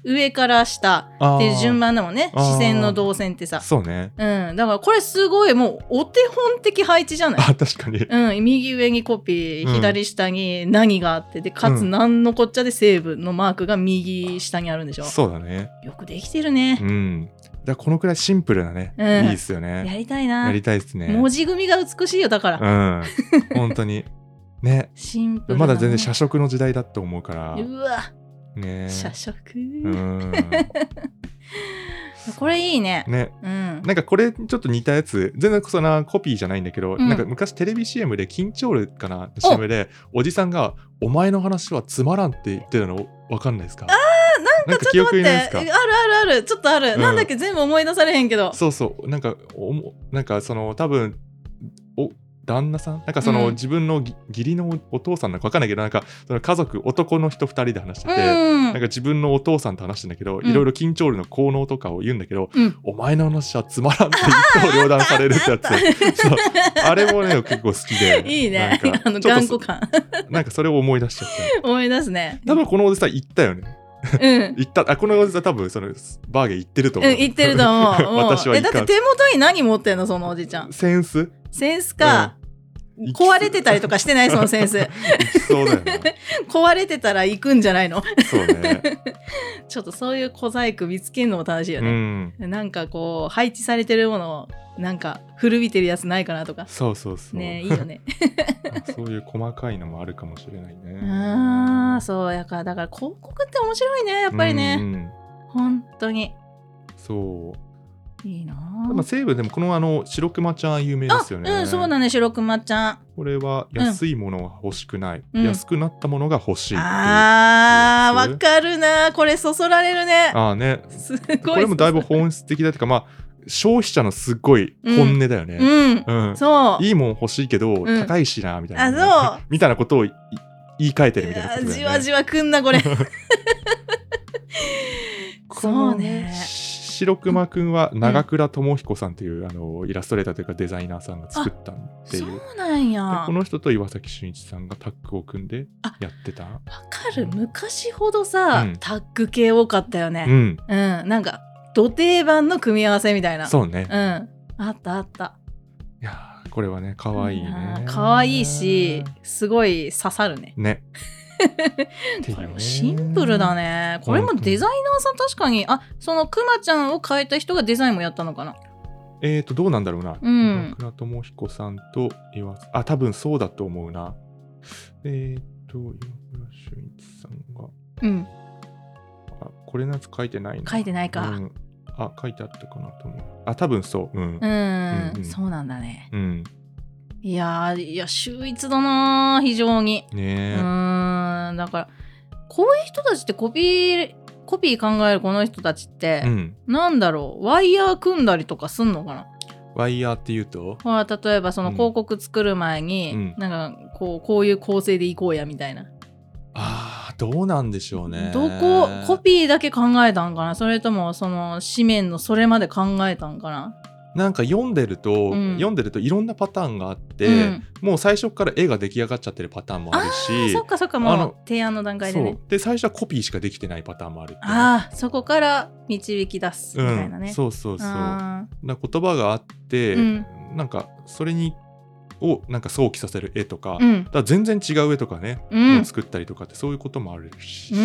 上から下っていう順番だもんね。視線の動線ってさ。 そうね。 うん。だからこれすごいもうお手本的配置じゃない？ あ、確かに。 うん。右上にコピー、左下に何があって、で、かつ何のこっちゃでセーブのマークが右下にあるんでしょ。 そうだね。 よくできてるね。 うん。だこのくらいシンプルなね、うん、いいですよね。 やりたいな。 やりたいですね。 文字組みが美しいよ、だから。 うん。本当に。ね。 シンプルな。 まだ全然社食の時代だと思うから。 うわ。 ね。 社食。 うん。 これいいね。 ね。 うん。 なんかこれちょっと似たやつ、全然そんなコピーじゃないんだけど、うん、なんか昔テレビ シーエム で緊張ルかな シーエム でおじさんがお前の話はつまらんって言ってたのわかんないですか？ あー、なんかちょっと待って、あるあるある、ちょっとある、うん、なんだっけ、全部思い出されへんけど。 そうそう、なんかおなんかその多分お旦那さんなんかその、うん、自分の義理のお父さんなんか分かんないけど、なんかその家族男の人ふたりで話してて、うん、なんか自分のお父さんと話してんだけど、いろいろ緊張ルの効能とかを言うんだけど、うん、お前の話はつまらんって一刀両断されるってやつそうあれもね結構好きでいいね、あの頑固感なんかそれを思い出しちゃった思い出すね。 多分このおじさん言ったよねうん、言ったあこのおじさん多分そのバーゲン行ってると思う、うん、 行ってると思う私はえだって手元に何持ってんのそのおじちゃん？ センスセンスか、うん、壊れてたりとかしてないそのセンスそうだよね壊れてたら行くんじゃないのそうねちょっとそういう小細工見つけるのも楽しいよね、うん、なんかこう配置されてるものをなんか古びてるやつないかなとか。 そうそうそうね、いいよねそういう細かいのもあるかもしれないね。 ああ、そうやからだから広告って面白いねやっぱりね、うん、本当にそういいな。 まあ、西武でもこのあの白熊ちゃん有名ですよね。 うん、そうだね、白熊ちゃん。 これは安いものが欲しくない、うん、安くなったものが欲しいっていう。 あー、わかるな、これそそられるね。 あーね、すごい。これもだいぶ本質的だというか、まあ消費者のすっごい本音だよね。 うん、うんうん、そう。 いいもん欲しいけど、うん、高いしなみたいな、 ね、あ、そうみたいなことを言い換えてるみたいなことだよね。 じわじわくんなこれ。そうね。 白熊くんは長倉智彦さんという、うん、あのイラストレーターというかデザイナーさんが作ったっていう。 そうなんや。 この人と岩崎俊一さんがタッグを組んでやってた。わかる。昔ほどさ、うん、タッグ系多かったよね。 うん、 うん、なんか土定番の組み合わせみたいな。 そうね。 うん、あったあった。 いやこれはね可愛いね。 可愛いしすごい刺さるね。 ね。 これもシンプルだね。これもデザイナーさん確かに、あ、そのくまちゃんを描いた人がデザインもやったのかな。 えーとどうなんだろうな。 うん。 中倉智彦さんと岩あ多分そうだと思うな。えーと岩倉俊一さんが。 うん。 あこれのやつ書いてないな。 書いてないか。 うん、あ書いてあったかなと思う。あ多分そう。うん。 うん、うんうん、そうなんだね。 うん。 いやー、いや秀逸だな非常に。 ね。 うーん、だからこういう人たちってコピーコピー考えるこの人たちって、うん、なんだろうワイヤー組んだりとかすんのかな。 ワイヤーっていうと、 ほら例えばその広告作る前に、うん、なんかこうこういう構成でいこうやみたいな。 あーどうなんでしょうね。 どこコピーだけ考えたんかな、それともその紙面のそれまで考えたんかな。 なんか読んでると、うん、読んでるといろんなパターンがあって、うん、もう最初から絵が出来上がっちゃってるパターンもあるし、 あそっかそっか、もう提案の段階でね。 そうで最初はコピーしかできてないパターンもあるって、ね、 あそこから導き出すみたいなね、 うん、そうそうそうな言葉があって、うん、なんかそれにをなんか想起させる絵とか、うん、だから全然違う絵とかね、うん、作ったりとかってそういうこともあるし、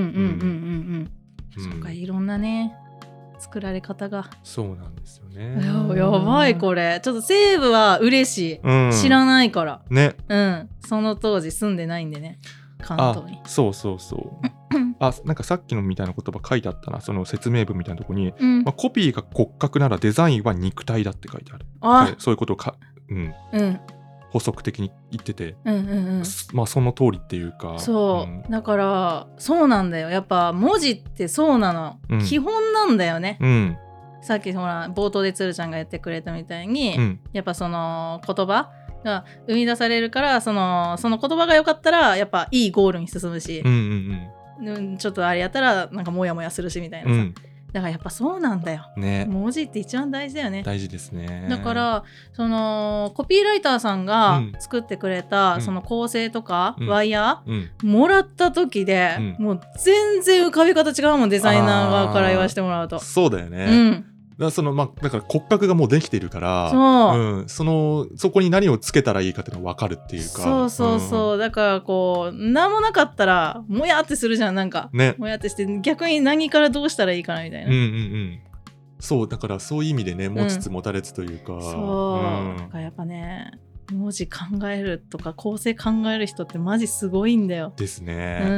そうか、いろんなね作られ方が。 そうなんですよね。 や, やばいこれちょっと西武は嬉しい、うん、知らないからね、 うん、その当時住んでないんでね関東に。 あそうそうそうあなんかさっきのみたいな言葉書いてあったな、その説明文みたいなとこに、うんまあ、コピーが骨格ならデザインは肉体だって書いてある。あそういうことをか、うんうん、補足的に言ってて、うんうんうん、まあその通りっていうか。 そう、うん、だからそうなんだよ、やっぱ文字ってそうなの、うん、基本なんだよね、うん、さっきほら冒頭でつるちゃんが言ってくれたみたいに、うん、やっぱその言葉が生み出されるから、そのその言葉が良かったらやっぱいいゴールに進むし、うんうんうん、ちょっとあれやったらなんかモヤモヤするしみたいなさ、うん、 だからやっぱそうなんだよ、 ね、 文字って一番大事だよね。 大事ですね。 だからそのコピーライターさんが作ってくれた、 うん、 その構成とか、 うん、 ワイヤー、 うん、 もらった時で、うん、もう全然浮かび方違うもん、デザイナー側から言わせてもらうと。 そうだよね、 うん、 だからその、まあ、だから骨格がもうできているから、 そう、 うん、そのそこに何をつけたらいいかっていうのが分かるっていうか、 そうそうそう、うん、だからこう何もなかったらもやってするじゃん、なんか、 ね、 もやってして逆に何からどうしたらいいかなみたいな、 うんうんうん、そうだからそういう意味でね、持ちつ持たれつというか、うん、 そう、うん、だからやっぱね、文字考えるとか構成考える人ってマジすごいんだよ。 ですね、 うん、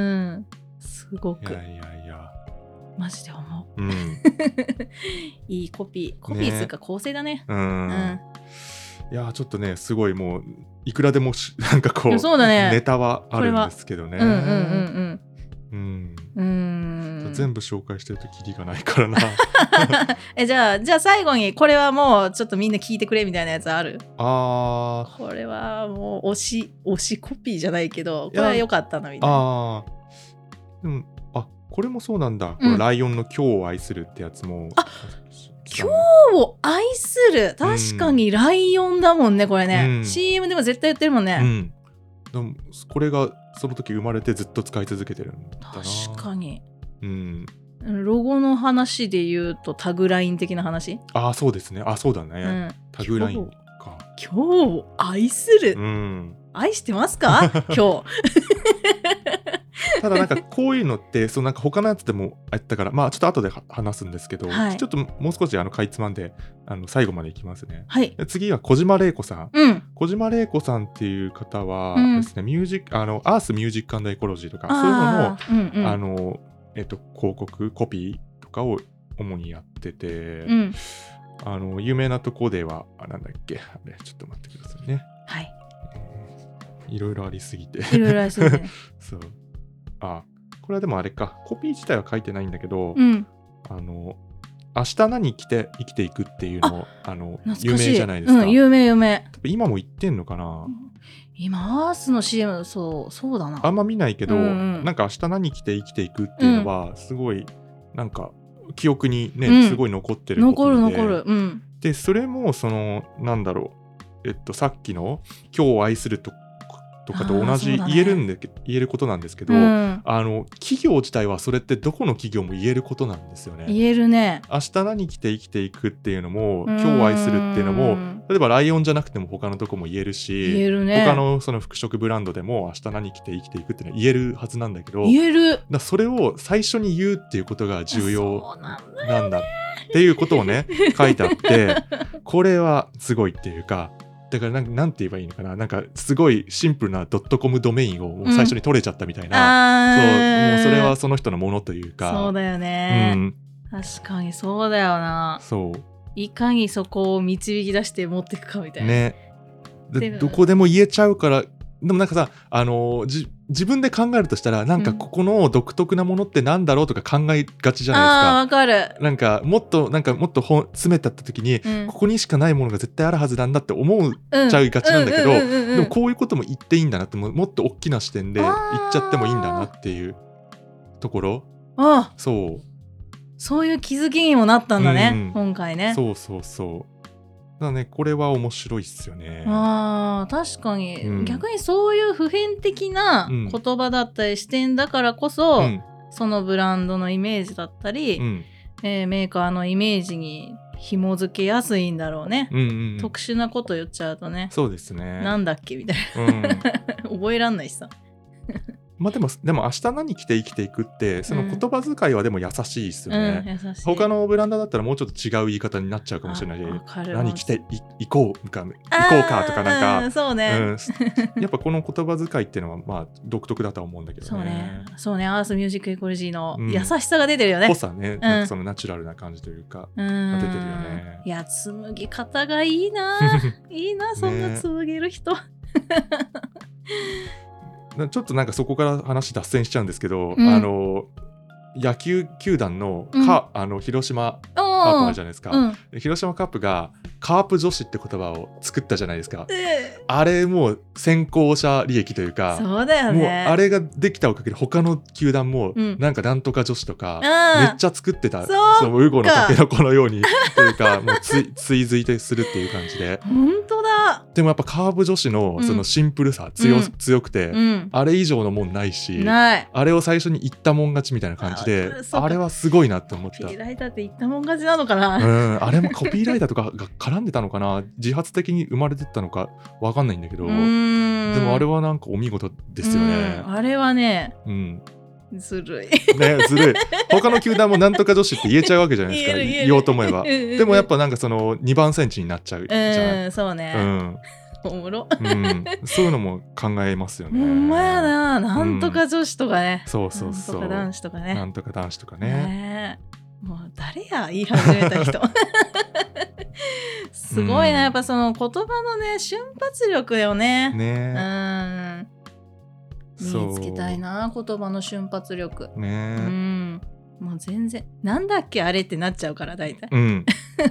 すごく、 いやいやいやマジで思う、 うん、 いいコピーコピーつうか構成だね、 うん、 うん、 いやちょっとねすごいもういくらでもなんかこう、 そうだね、 ネタはあるんですけどね、 うんうんうんうんうん、 うん全部紹介してるとキリがないからなえじゃあじゃあ最後にこれはもうちょっとみんな聞いてくれみたいなやつある？ あー、これはもう推し推しコピーじゃないけどこれは良かったなみたいな。 あー、うん、あこれもそうなんだ、うん、このライオンの今日を愛するってやつも、 あ今日を愛する、確かにライオンだもんねこれね、うん、シーエム でも絶対言ってるもんね、 うん、でもこれがその時生まれてずっと使い続けてるんだな。 確かに、 うん、 ロゴの話で言うとタグライン的な話。 ああそうですね、あそうだね、うん、タグラインか。 今日を愛する、 うん、 愛してますか今日ただなんかこういうのってそのなんか他のやつでもあったから、まあちょっと後で話すんですけど、はい、ちょっともう少しあのかいつまんであの最後までいきますね、 はい、 次は小島玲子さん、 うん、 小島玲子さんっていう方はですね、うん、ミュージックあのアースミュージック&エコロジーとかそういうのの、うんうん、あのえっと広告コピーとかを主にやってて、うん、あの有名なとこではあなんだっけあれちょっと待ってくださいね、 はい、 えー、いろいろありすぎていろいろありすぎてそう、あこれはでもあれかコピー自体は書いてないんだけど、 うん、 あの明日何着て生きていくっていうのああの有名じゃないですか、 うん、有名有名。 今も言ってんのかな、うん、 今アースの シーエム そうそうだな、 あんま見ないけど、うんうん、なんか明日何着て生きていくっていうのはすごいなんか記憶にね、うん、すごい残ってるコピーで、 残る残る、うん、 でそれもそのなんだろうえっとさっきの今日を愛するととかと同じ言えるんで、ね、言えることなんですけど、うん、あの企業自体はそれってどこの企業も言えることなんですよね。 言えるね。 明日何着て生きていくっていうのも今日を愛するっていうのも例えばライオンじゃなくても他のとこも言えるし、 言えるね、 他のその服飾ブランドでも明日何着て生きていくっていうのは言えるはずなんだけど、 言えるだそれを最初に言うっていうことが重要なんだっていうことをね書いてあってこれはすごいっていうかだからなんなんて言えばいいのかな、なんかすごいシンプルなドットコムドメインをもう最初に取れちゃったみたいな、うん、そうもうそれはその人のものというか。 そうだよね、 うん、 確かにそうだよな。 そういかにそこを導き出して持っていくかみたいなね。でどこでも言えちゃうから。でもなんかさ、あのー、じ自分で考えるとしたらなんかここの独特なものってなんだろうとか考えがちじゃないですか。 あーわかる。 なんかもっとなんかもっと本詰めたった時に、うん、ここにしかないものが絶対あるはずなんだって思っちゃいがちなんだけど、でもこういうことも言っていいんだなってももっと大きな視点で言っちゃってもいいんだなっていうところ。 ああそうそういう気づきにもなったんだね、うん、今回ね。 そうそうそうだね、これは面白いっすよね。 あ確かに、うん、逆にそういう普遍的な言葉だったり視点だからこそ、うん、そのブランドのイメージだったり、うんえー、メーカーのイメージに紐付けやすいんだろうね、うんうんうん、特殊なこと言っちゃうとね。 そうですね。 なんだっけみたいな、うん、覚えらんないしさまあ、でもでも明日何着て生きていくってその言葉遣いはでも優しいですよね、うんうん、他のブランドだったらもうちょっと違う言い方になっちゃうかもしれないし、何着ていこうか行こうかとかなんか、 うん、そうね、 うん、やっぱこの言葉遣いっていうのはまあ独特だとは思うんだけどね。 そうね、そうね、アースミュージックエコロジーの優しさが出てるよね、 濃さね、うん、なんかそのナチュラルな感じというか、うん、出てるよね。 いや紡ぎ方がいいないいなそんな紡げる人、ねちょっとなんかそこから話脱線しちゃうんですけど、うん、あの野球球団のか、うん、あの広島カープあるじゃないですか、 うん、 広島カープがカープ女子って言葉を作ったじゃないですか、 えー、 あれもう先行者利益というか、 そうだよね、 もうあれができたおかげで他の球団もうんなんかなんとか女子とかうんめっちゃ作ってた、 そうそのウゴのタケノコのようにというかもうつ追随するっていう感じで、 本当だ。 でもやっぱカープ女子のそのシンプルさ、 うん、 強, 強くて、 うん、 あれ以上のもんないし、 ないあれを最初に言ったもん勝ちみたいな感じで、 あ, あれはすごいなって思った。 コピーライターって言ったもん勝ちなのかな、 うん、あれもコピーライターとかが絡んでたのかな、自発的に生まれてったのかわかんないんだけど、でもあれはなんかお見事ですよね。 あれはね、 うん、 ずるいね、ずるい。他の球団もなんとか女子って言えちゃうわけじゃないですか、 言える言える言おうと思えば。でもやっぱなんかそのにばんセンチになっちゃうじゃない。 うん、そうね、 うんおもろ、 うん、そういうのも考えますよね。 ほんまやな、なんとか女子とかね、 うん、そうそうそう、 なんとか男子とかね、 なんとか男子とかね、 ね、もう誰や言い始めた人すごいな、やっぱその言葉のね瞬発力よね。 ね、 うん、身につけたいな、言葉の瞬発力ね、うん、 もう全然なんだっけあれってなっちゃうから大体、 うん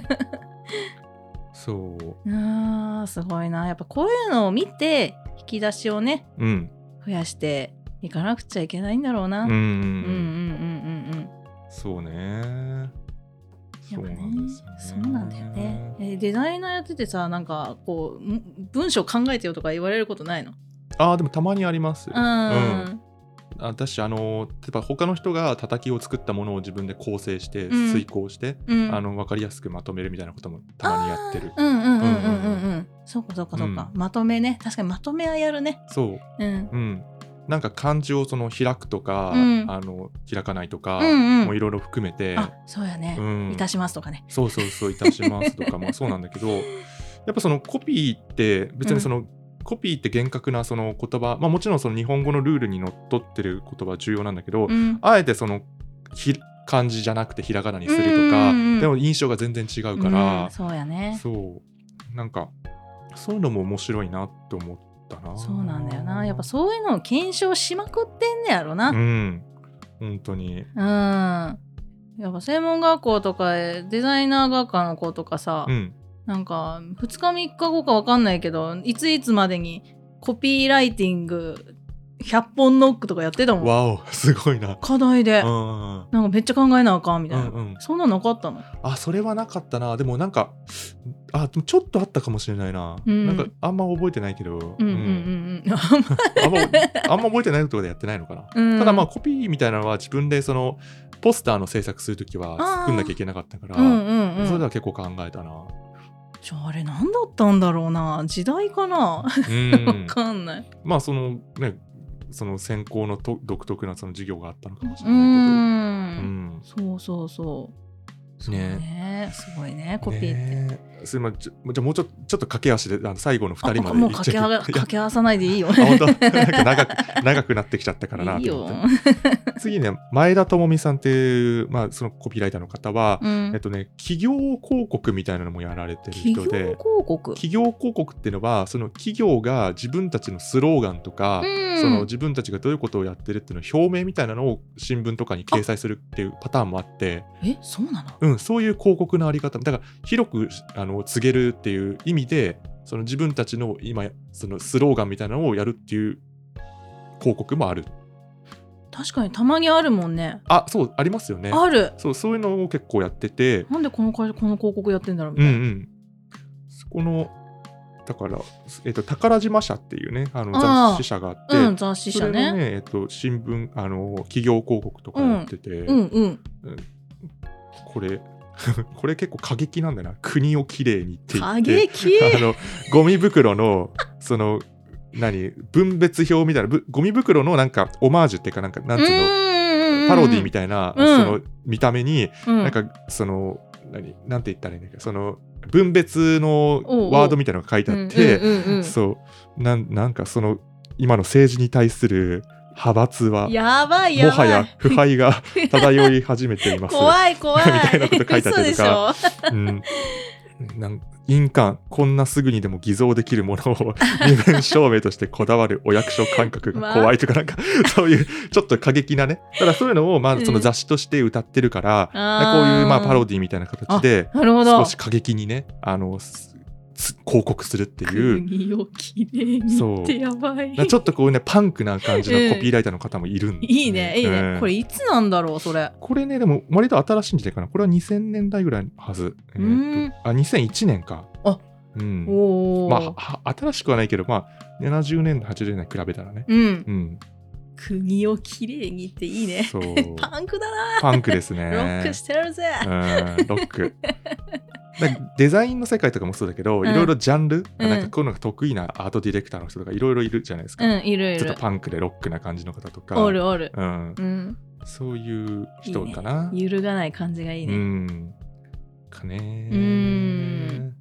そうあーすごいな、やっぱこういうのを見て引き出しをね、うん、増やしていかなくちゃいけないんだろうな。うんうんうんうんうんそうね、 やっぱね、そうなんだよね。えデザイナーやっててさ、なんかこう文章考えてよとか言われることないの？ あーでもたまにあります。 うん、うん私あの例えば他の人が叩きを作ったものを自分で構成して遂行して、うん、あの分かりやすくまとめるみたいなこともたまにやってる。 うんうんうんうんうんうんそうかそうかそうか、うん、まとめね、確かにまとめはやるね。 そう、うん、うん、なんか漢字をその開くとか、うん、あの開かないとか、うんうん、もういろいろ含めて、 あそうやね、うん、いたしますとかね、 そうそうそういたしますとかもそうなんだけどやっぱそのコピーって別にその、うんコピーって厳格なその言葉、まあ、もちろんその日本語のルールにのっとってる言葉は重要なんだけど、うん、あえてそのひ漢字じゃなくてひらがなにするとか、うんうん、でも印象が全然違うから、 うん、そうやね、 そうなんかそういうのも面白いなって思ったな。 そうなんだよな、やっぱそういうのを検証しまくってんねやろな。 うん本当に、 うんやっぱ専門学校とかデザイナー学科の子とかさ、うんなんかふつかみっかごか分かんないけどいついつまでにコピーライティングひゃっぽんノックとかやってたもん。 わおすごいな。 課題で、うんうんうん、なんかめっちゃ考えなあかんみたいな、うんうん、そんなのなかったの？ あそれはなかったな。でもなんかあでもちょっとあったかもしれないな、うん、なんかあんま覚えてないけど、うんうんうんうん、あんまあんま覚えてないことでやってないのかな、うん、ただまあコピーみたいなのは自分でそのポスターの制作するときは作んなきゃいけなかったから、うんうんうん、それでは結構考えたな。 じゃああれ何だったんだろうな、時代かな分かんない。 まあそのねその専攻のと独特なその授業があったのかもしれないけど、うん、 うん、そうそうそうそうね、ねすごいねコピーって、ねそれまじゃあもうちょっとちょっと駆け足であの最後のふたりまでもう駆け駆け合わさないでいいよ本当なんか長く長くなってきちゃったからなと思っていいよ次ね前田智美さんっていう、まあ、そのコピーライターの方は、うんえっとね、企業広告みたいなのもやられてる人で、企業広告企業広告っていうのはその企業が自分たちのスローガンとか、うん、その自分たちがどういうことをやってるっていうのを表明みたいなのを新聞とかに掲載するっていうパターンもあってえそうなの？ うん、そういう広告のあり方だから広くあの告げるっていう意味でその自分たちの今そのスローガンみたいなのをやるっていう広告もある。 確かにたまにあるもんね。 あそうありますよね。 ある。 そうそういうのを結構やっててなんでこの会社この広告やってんだろうみたいな。うんうん、 そこのだから、えー、と宝島社っていうねあの雑誌社があって、 うん、雑誌社ね。 それのね、えー、と新聞あの企業広告とかやってて、うんうんうん、これこれ結構過激なんだな。国をきれいにって言って過激あのゴミ袋のその何分別表みたいなゴミ袋のなんかオマージュっていうかなんかなんつうのパロディみたいな、うん、その見た目に、うん、なんかその何なんて言ったらいいんだっけその分別のワードみたいなのが書いてあってそうなんなんかその今の政治に対する派閥はやばいやばいもはや腐敗が漂い始めています怖い怖いみたいなこと書いてあってとか、うん、 なん印鑑こんなすぐにでも偽造できるものを身分証明としてこだわるお役所感覚が怖いとかなんかそういうちょっと過激なねただそういうのをまあその雑誌として歌ってるから、うん、こういうまあパロディみたいな形で少し過激にねあの広告するっていう国をきれいにってやばいちょっとこうねパンクな感じのコピーライターの方もいるんで、 うん、いいねいいね、うん、これいつなんだろうそれこれねでも割と新しいんじゃないかなこれはにせんねんだいぐらいのはず、えー、とあにせんいちねんかあ、うん、おまあ新しくはないけどまあななじゅうねんだいはちじゅうねんだい比べたらねうん、うん国をきれいにっていいねそうパンクだなパンクですねロックしてるぜうんロックデザインの世界とかもそうだけど、うん、いろいろジャンル、うん、なんかこういうのが得意なアートディレクターの人とかいろいろいるじゃないですか、 うん、いるいるちょっとパンクでロックな感じの方とかおるおる、 うんうん、そういう人かな。 いいね、揺るがない感じがいいねうんかねうん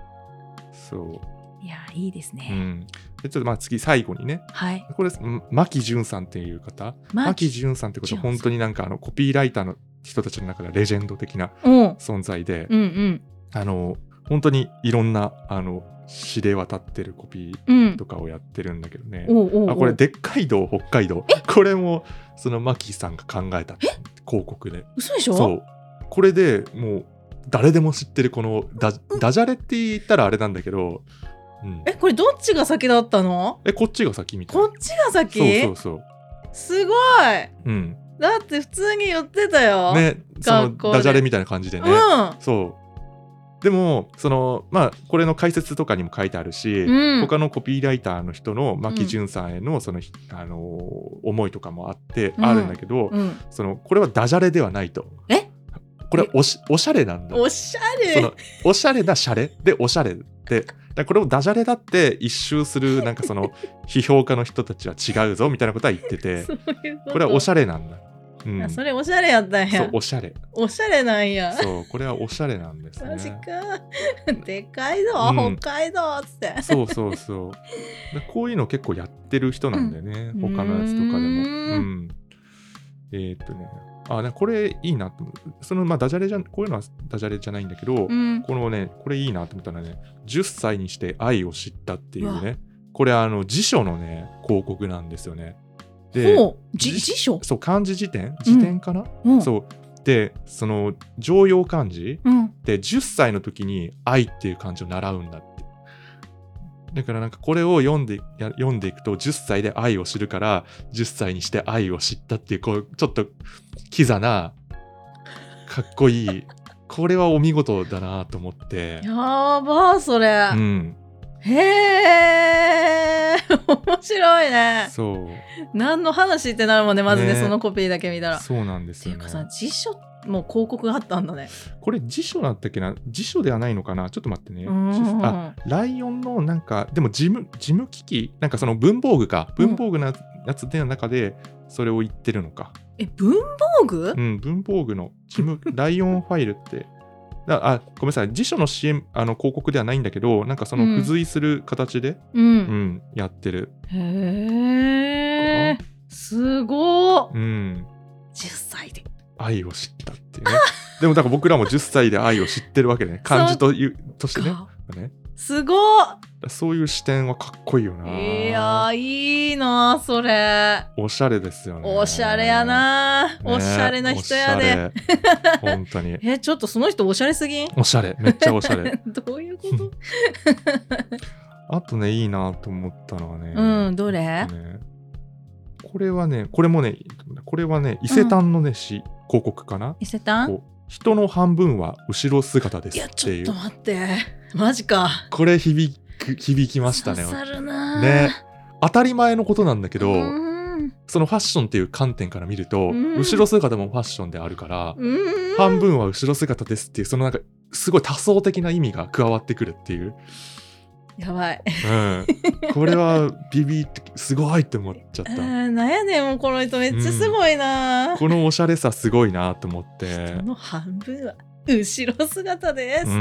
そういやいいですね、 うんでちょっとまあ次最後にね、 はい、 これ牧潤さんっていう方牧潤さんってことは本当になんかあのコピーライターの人たちの中ではレジェンド的な存在で、 うんうん、 あの本当にいろんなあの知れ渡ってるコピーとかをやってるんだけどね、 うん、おうおうおうあこれでっかい道北海道これもその牧さんが考えた広告で嘘でしょそうこれでもう誰でも知ってるこの ダ, ダジャレって言ったらあれなんだけどうん、 えこれどっちが先だったの？ えこっちが先みたいな。 こっちが先？ そうそうそう。 すごい。 うん。 だって普通に言ってたよ。 ね、そのダジャレみたいな感じでね。 うん、 そう。でもそのまあこれの解説とかにも書いてあるし、うん、他のコピーライターの人の牧潤さんへのその、うん、あの思いとかもあって、うん、あるんだけど、うん、そのこれはダジャレではないと。 え？ これは おし, おしゃれなんだ。 おしゃれ。 そのおしゃれなシャレでおしゃれで。だこれをダジャレだって一周するなんかその批評家の人たちは違うぞみたいなことは言っててそういうことこれはおしゃれなんだ、 うん、それおしゃれやったんや。 そうおしゃれおしゃれなんや。 そうこれはおしゃれなんですね。 マジかでかいぞ、うん、北海道っつってそうそうそうでこういうの結構やってる人なんでね、うん、他のやつとかでもうんえー、っとねあねこれいいなとそのまあダジャレじゃこういうのはダジャレじゃないんだけど、うん、このねこれいいなと思ったらねじゅっさいにして愛を知ったっていうねこれあの辞書のね広告なんですよね。 で辞書そう漢字辞典辞典かな、うん、そうでその常用漢字、うん、でじゅっさいの時に愛っていう漢字を習うんだって。だからなんかこれを読んでや読んでいくとじゅっさいで愛を知るからじゅっさいにして愛を知ったっていうこうちょっとキザなかっこいいこれはお見事だなと思ってやばーそれ、 うん、 へえ面白いね。 そう何の話ってなるもんねまずね、 ねそのコピーだけ見たら。 そうなんですよね。 っていうかさ辞書もう広告があったんだね。 これ辞書だったっけな辞書ではないのかなちょっと待ってね。あライオンのなんかでも事務事務機器なんかその文房具か文房具のやつの中でそれを言ってるのか、 うん、え文房具うん文房具の事務ライオンファイルってだあごめんなさい辞書の シーエム あの広告ではないんだけどなんかその付随する形で、 うんうんうん、やってる。 へえすごー、 うん、 じゅっさいで愛を知ったっていうねでもだから僕らもじゅっさいで愛を知ってるわけね漢字というとして ね, ねすごっそういう視点はかっこいいよな。 いやいいなそれおしゃれですよね。 おしゃれやな、ね、おしゃれな人やで本当にえちょっとその人おしゃれすぎん？ おしゃれめっちゃおしゃれどういうことあとねいいなと思ったのはねうんどれ、ね、 これはねこれもねこれはね伊勢丹のね、うん、広告かな。 伊勢丹人の半分は後ろ姿ですっていう。 いやちょっと待ってマジかこれ響く響きましたね。 刺さるなね当たり前のことなんだけどそのファッションっていう観点から見ると後ろ姿もファッションであるから半分は後ろ姿ですっていうそのなんかすごい多層的な意味が加わってくるっていうやばい、 うん、これはビビってすごいって思っちゃった。 なんやねんもうこの人めっちゃすごいな、 うん、このおしゃれさすごいなと思って人の半分は後ろ姿です、うん、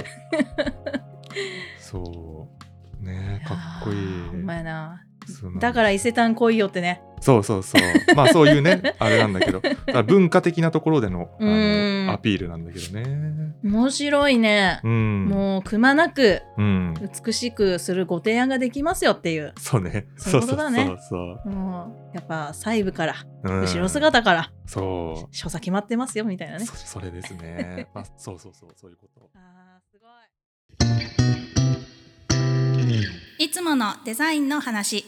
そうねかっこいい。 ほんまやなだから伊勢丹来いよってね。 そうそうそうまあそういうねあれなんだけど、だから文化的なところでの、あのアピールなんだけどね。 面白いね、うん、もうくまなく美しくするご提案ができますよっていう、 うん、そうね、 そういうことだね。 そうそうそう、 もうやっぱ細部から、うん、後ろ姿から、 そう所作決まってますよみたいなね。 そ, それですね、まあ、そうそうそうそういうこと。 あーすごい。いつものデザインの話、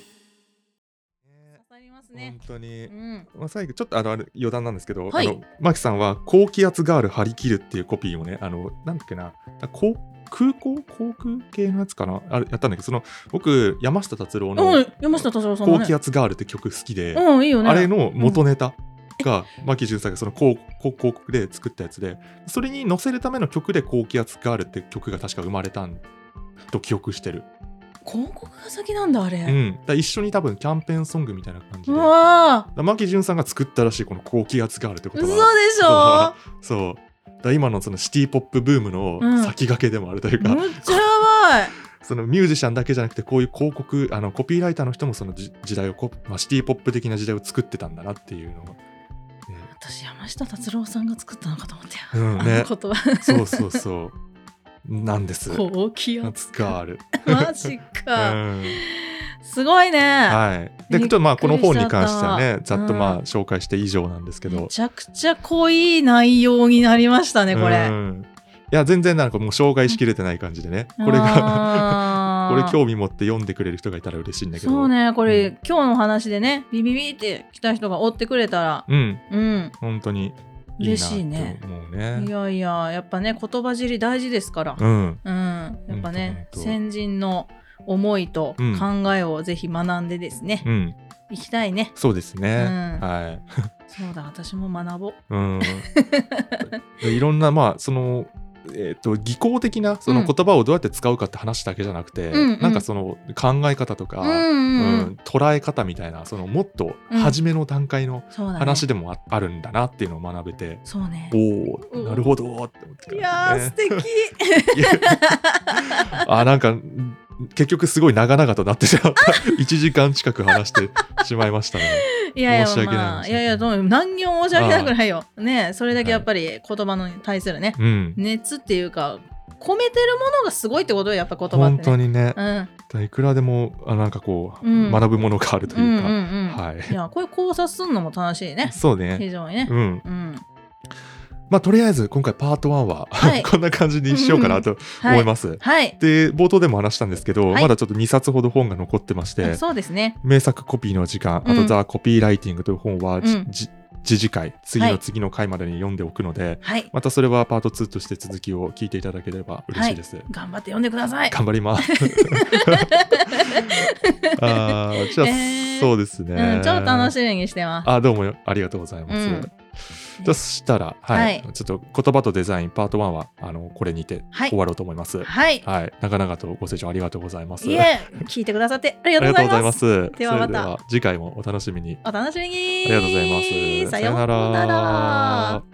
ね、 本当に、 うんまあ、最後ちょっとあのあれ余談なんですけど、 はい、 あのマキさんは高気圧ガール張り切るっていうコピーをね、あのなんだっけな、こ空港航空系のやつかな、あれやったんだけど、その僕山下達郎の、 うん、山下達郎さんの、ね、 高気圧ガールって曲好きで、 うん、いいよね、 あれの元ネタが、うん、牧潤さんがその広告で作ったやつで、それに載せるための曲で高気圧ガールって曲が確か生まれたんと記憶してる。 広告が先なんだあれ、 うん、だ一緒に多分キャンペーンソングみたいな感じで、 うわ牧潤さんが作ったらしいこの高気圧ガールってことは、 嘘でしょ。 そうだ今のそのシティポップブームの先駆けでもあるというか、 うん、めっちゃやばいそのミュージシャンだけじゃなくてこういう広告、あのコピーライターの人もその時代を、まあ、シティポップ的な時代を作ってたんだなっていうのを、ね、 私山下達郎さんが作ったのかと思って、 うんね、 あの言葉そうそうそうなんです。 高気圧ガールマジか、 うん、 すごいね。 はい。でちょっとまあこの本に関してはねざっとまあ紹介して以上なんですけど、 めちゃくちゃ濃い内容になりましたねこれ。 うん、いや全然なんかもう紹介しきれてない感じでね、これがこれ興味持って読んでくれる人がいたら嬉しいんだけど。 そうね、これ、うん、今日の話でねビビビって来た人が追ってくれたら、 うんうん、 本当にいい嬉しいね。 もうね、 いやいややっぱね言葉尻大事ですから、 うんうん、やっぱね先人の思いと考えをぜひ学んでですね、 うん、 いきたいね。 そうですね、うん、はい。 そうだ私も学ぼう、 うん、でいろんなまあそのえー、と技巧的なその言葉をどうやって使うかって話だけじゃなくて、うん、なんかその考え方とか、うんうんうん、捉え方みたいなそのもっと初めの段階の話でも あ,、うんね、あるんだなっていうのを学べて、 そうね、 おおなるほどって思って、ね、 いやー素敵あなんか結局すごい長々となってしまったいちじかん近く話してしまいましたね。 いやいや申し訳ない、まあ、いやいや何にも申し訳なくないよね。それだけやっぱり言葉に対するね、はい、熱っていうか込めてるものがすごいってことよやっぱ言葉って、ね、 本当にね、 うん、 いくらでもあなんかこう、うん、学ぶものがあるというか、うんうんうん、はい、 いやこういう考察するのも楽しいね。 そうね、 非常にね、 うんうん、まあ、とりあえず今回パートワンは、はい、こんな感じにしようかなと思います、うんうんはい、で冒頭でも話したんですけど、はい、まだちょっとにさつほど本が残ってまして、 そうですね、 名作コピーの時間、あと、うん、ザ・コピーライティングという本は、うん、じ次次回次の次の回までに読んでおくので、はい、またそれはパートツーとして続きを聞いていただければ嬉しいです、はい、 頑張って読んでください。 頑張りますあじゃあ、えー、そうですね、 うん、超楽しみにしてます。 あどうもありがとうございます、うん、そしたら、はいはい、ちょっと言葉とデザインパートワンはあのこれにて終わろうと思います。 はい、 はい、長々とご清聴ありがとうございます。 いえ、聞いてくださってありがとうございます。ではまた。 それでは次回もお楽しみに。 お楽しみに。 ありがとうございます。 さようなら。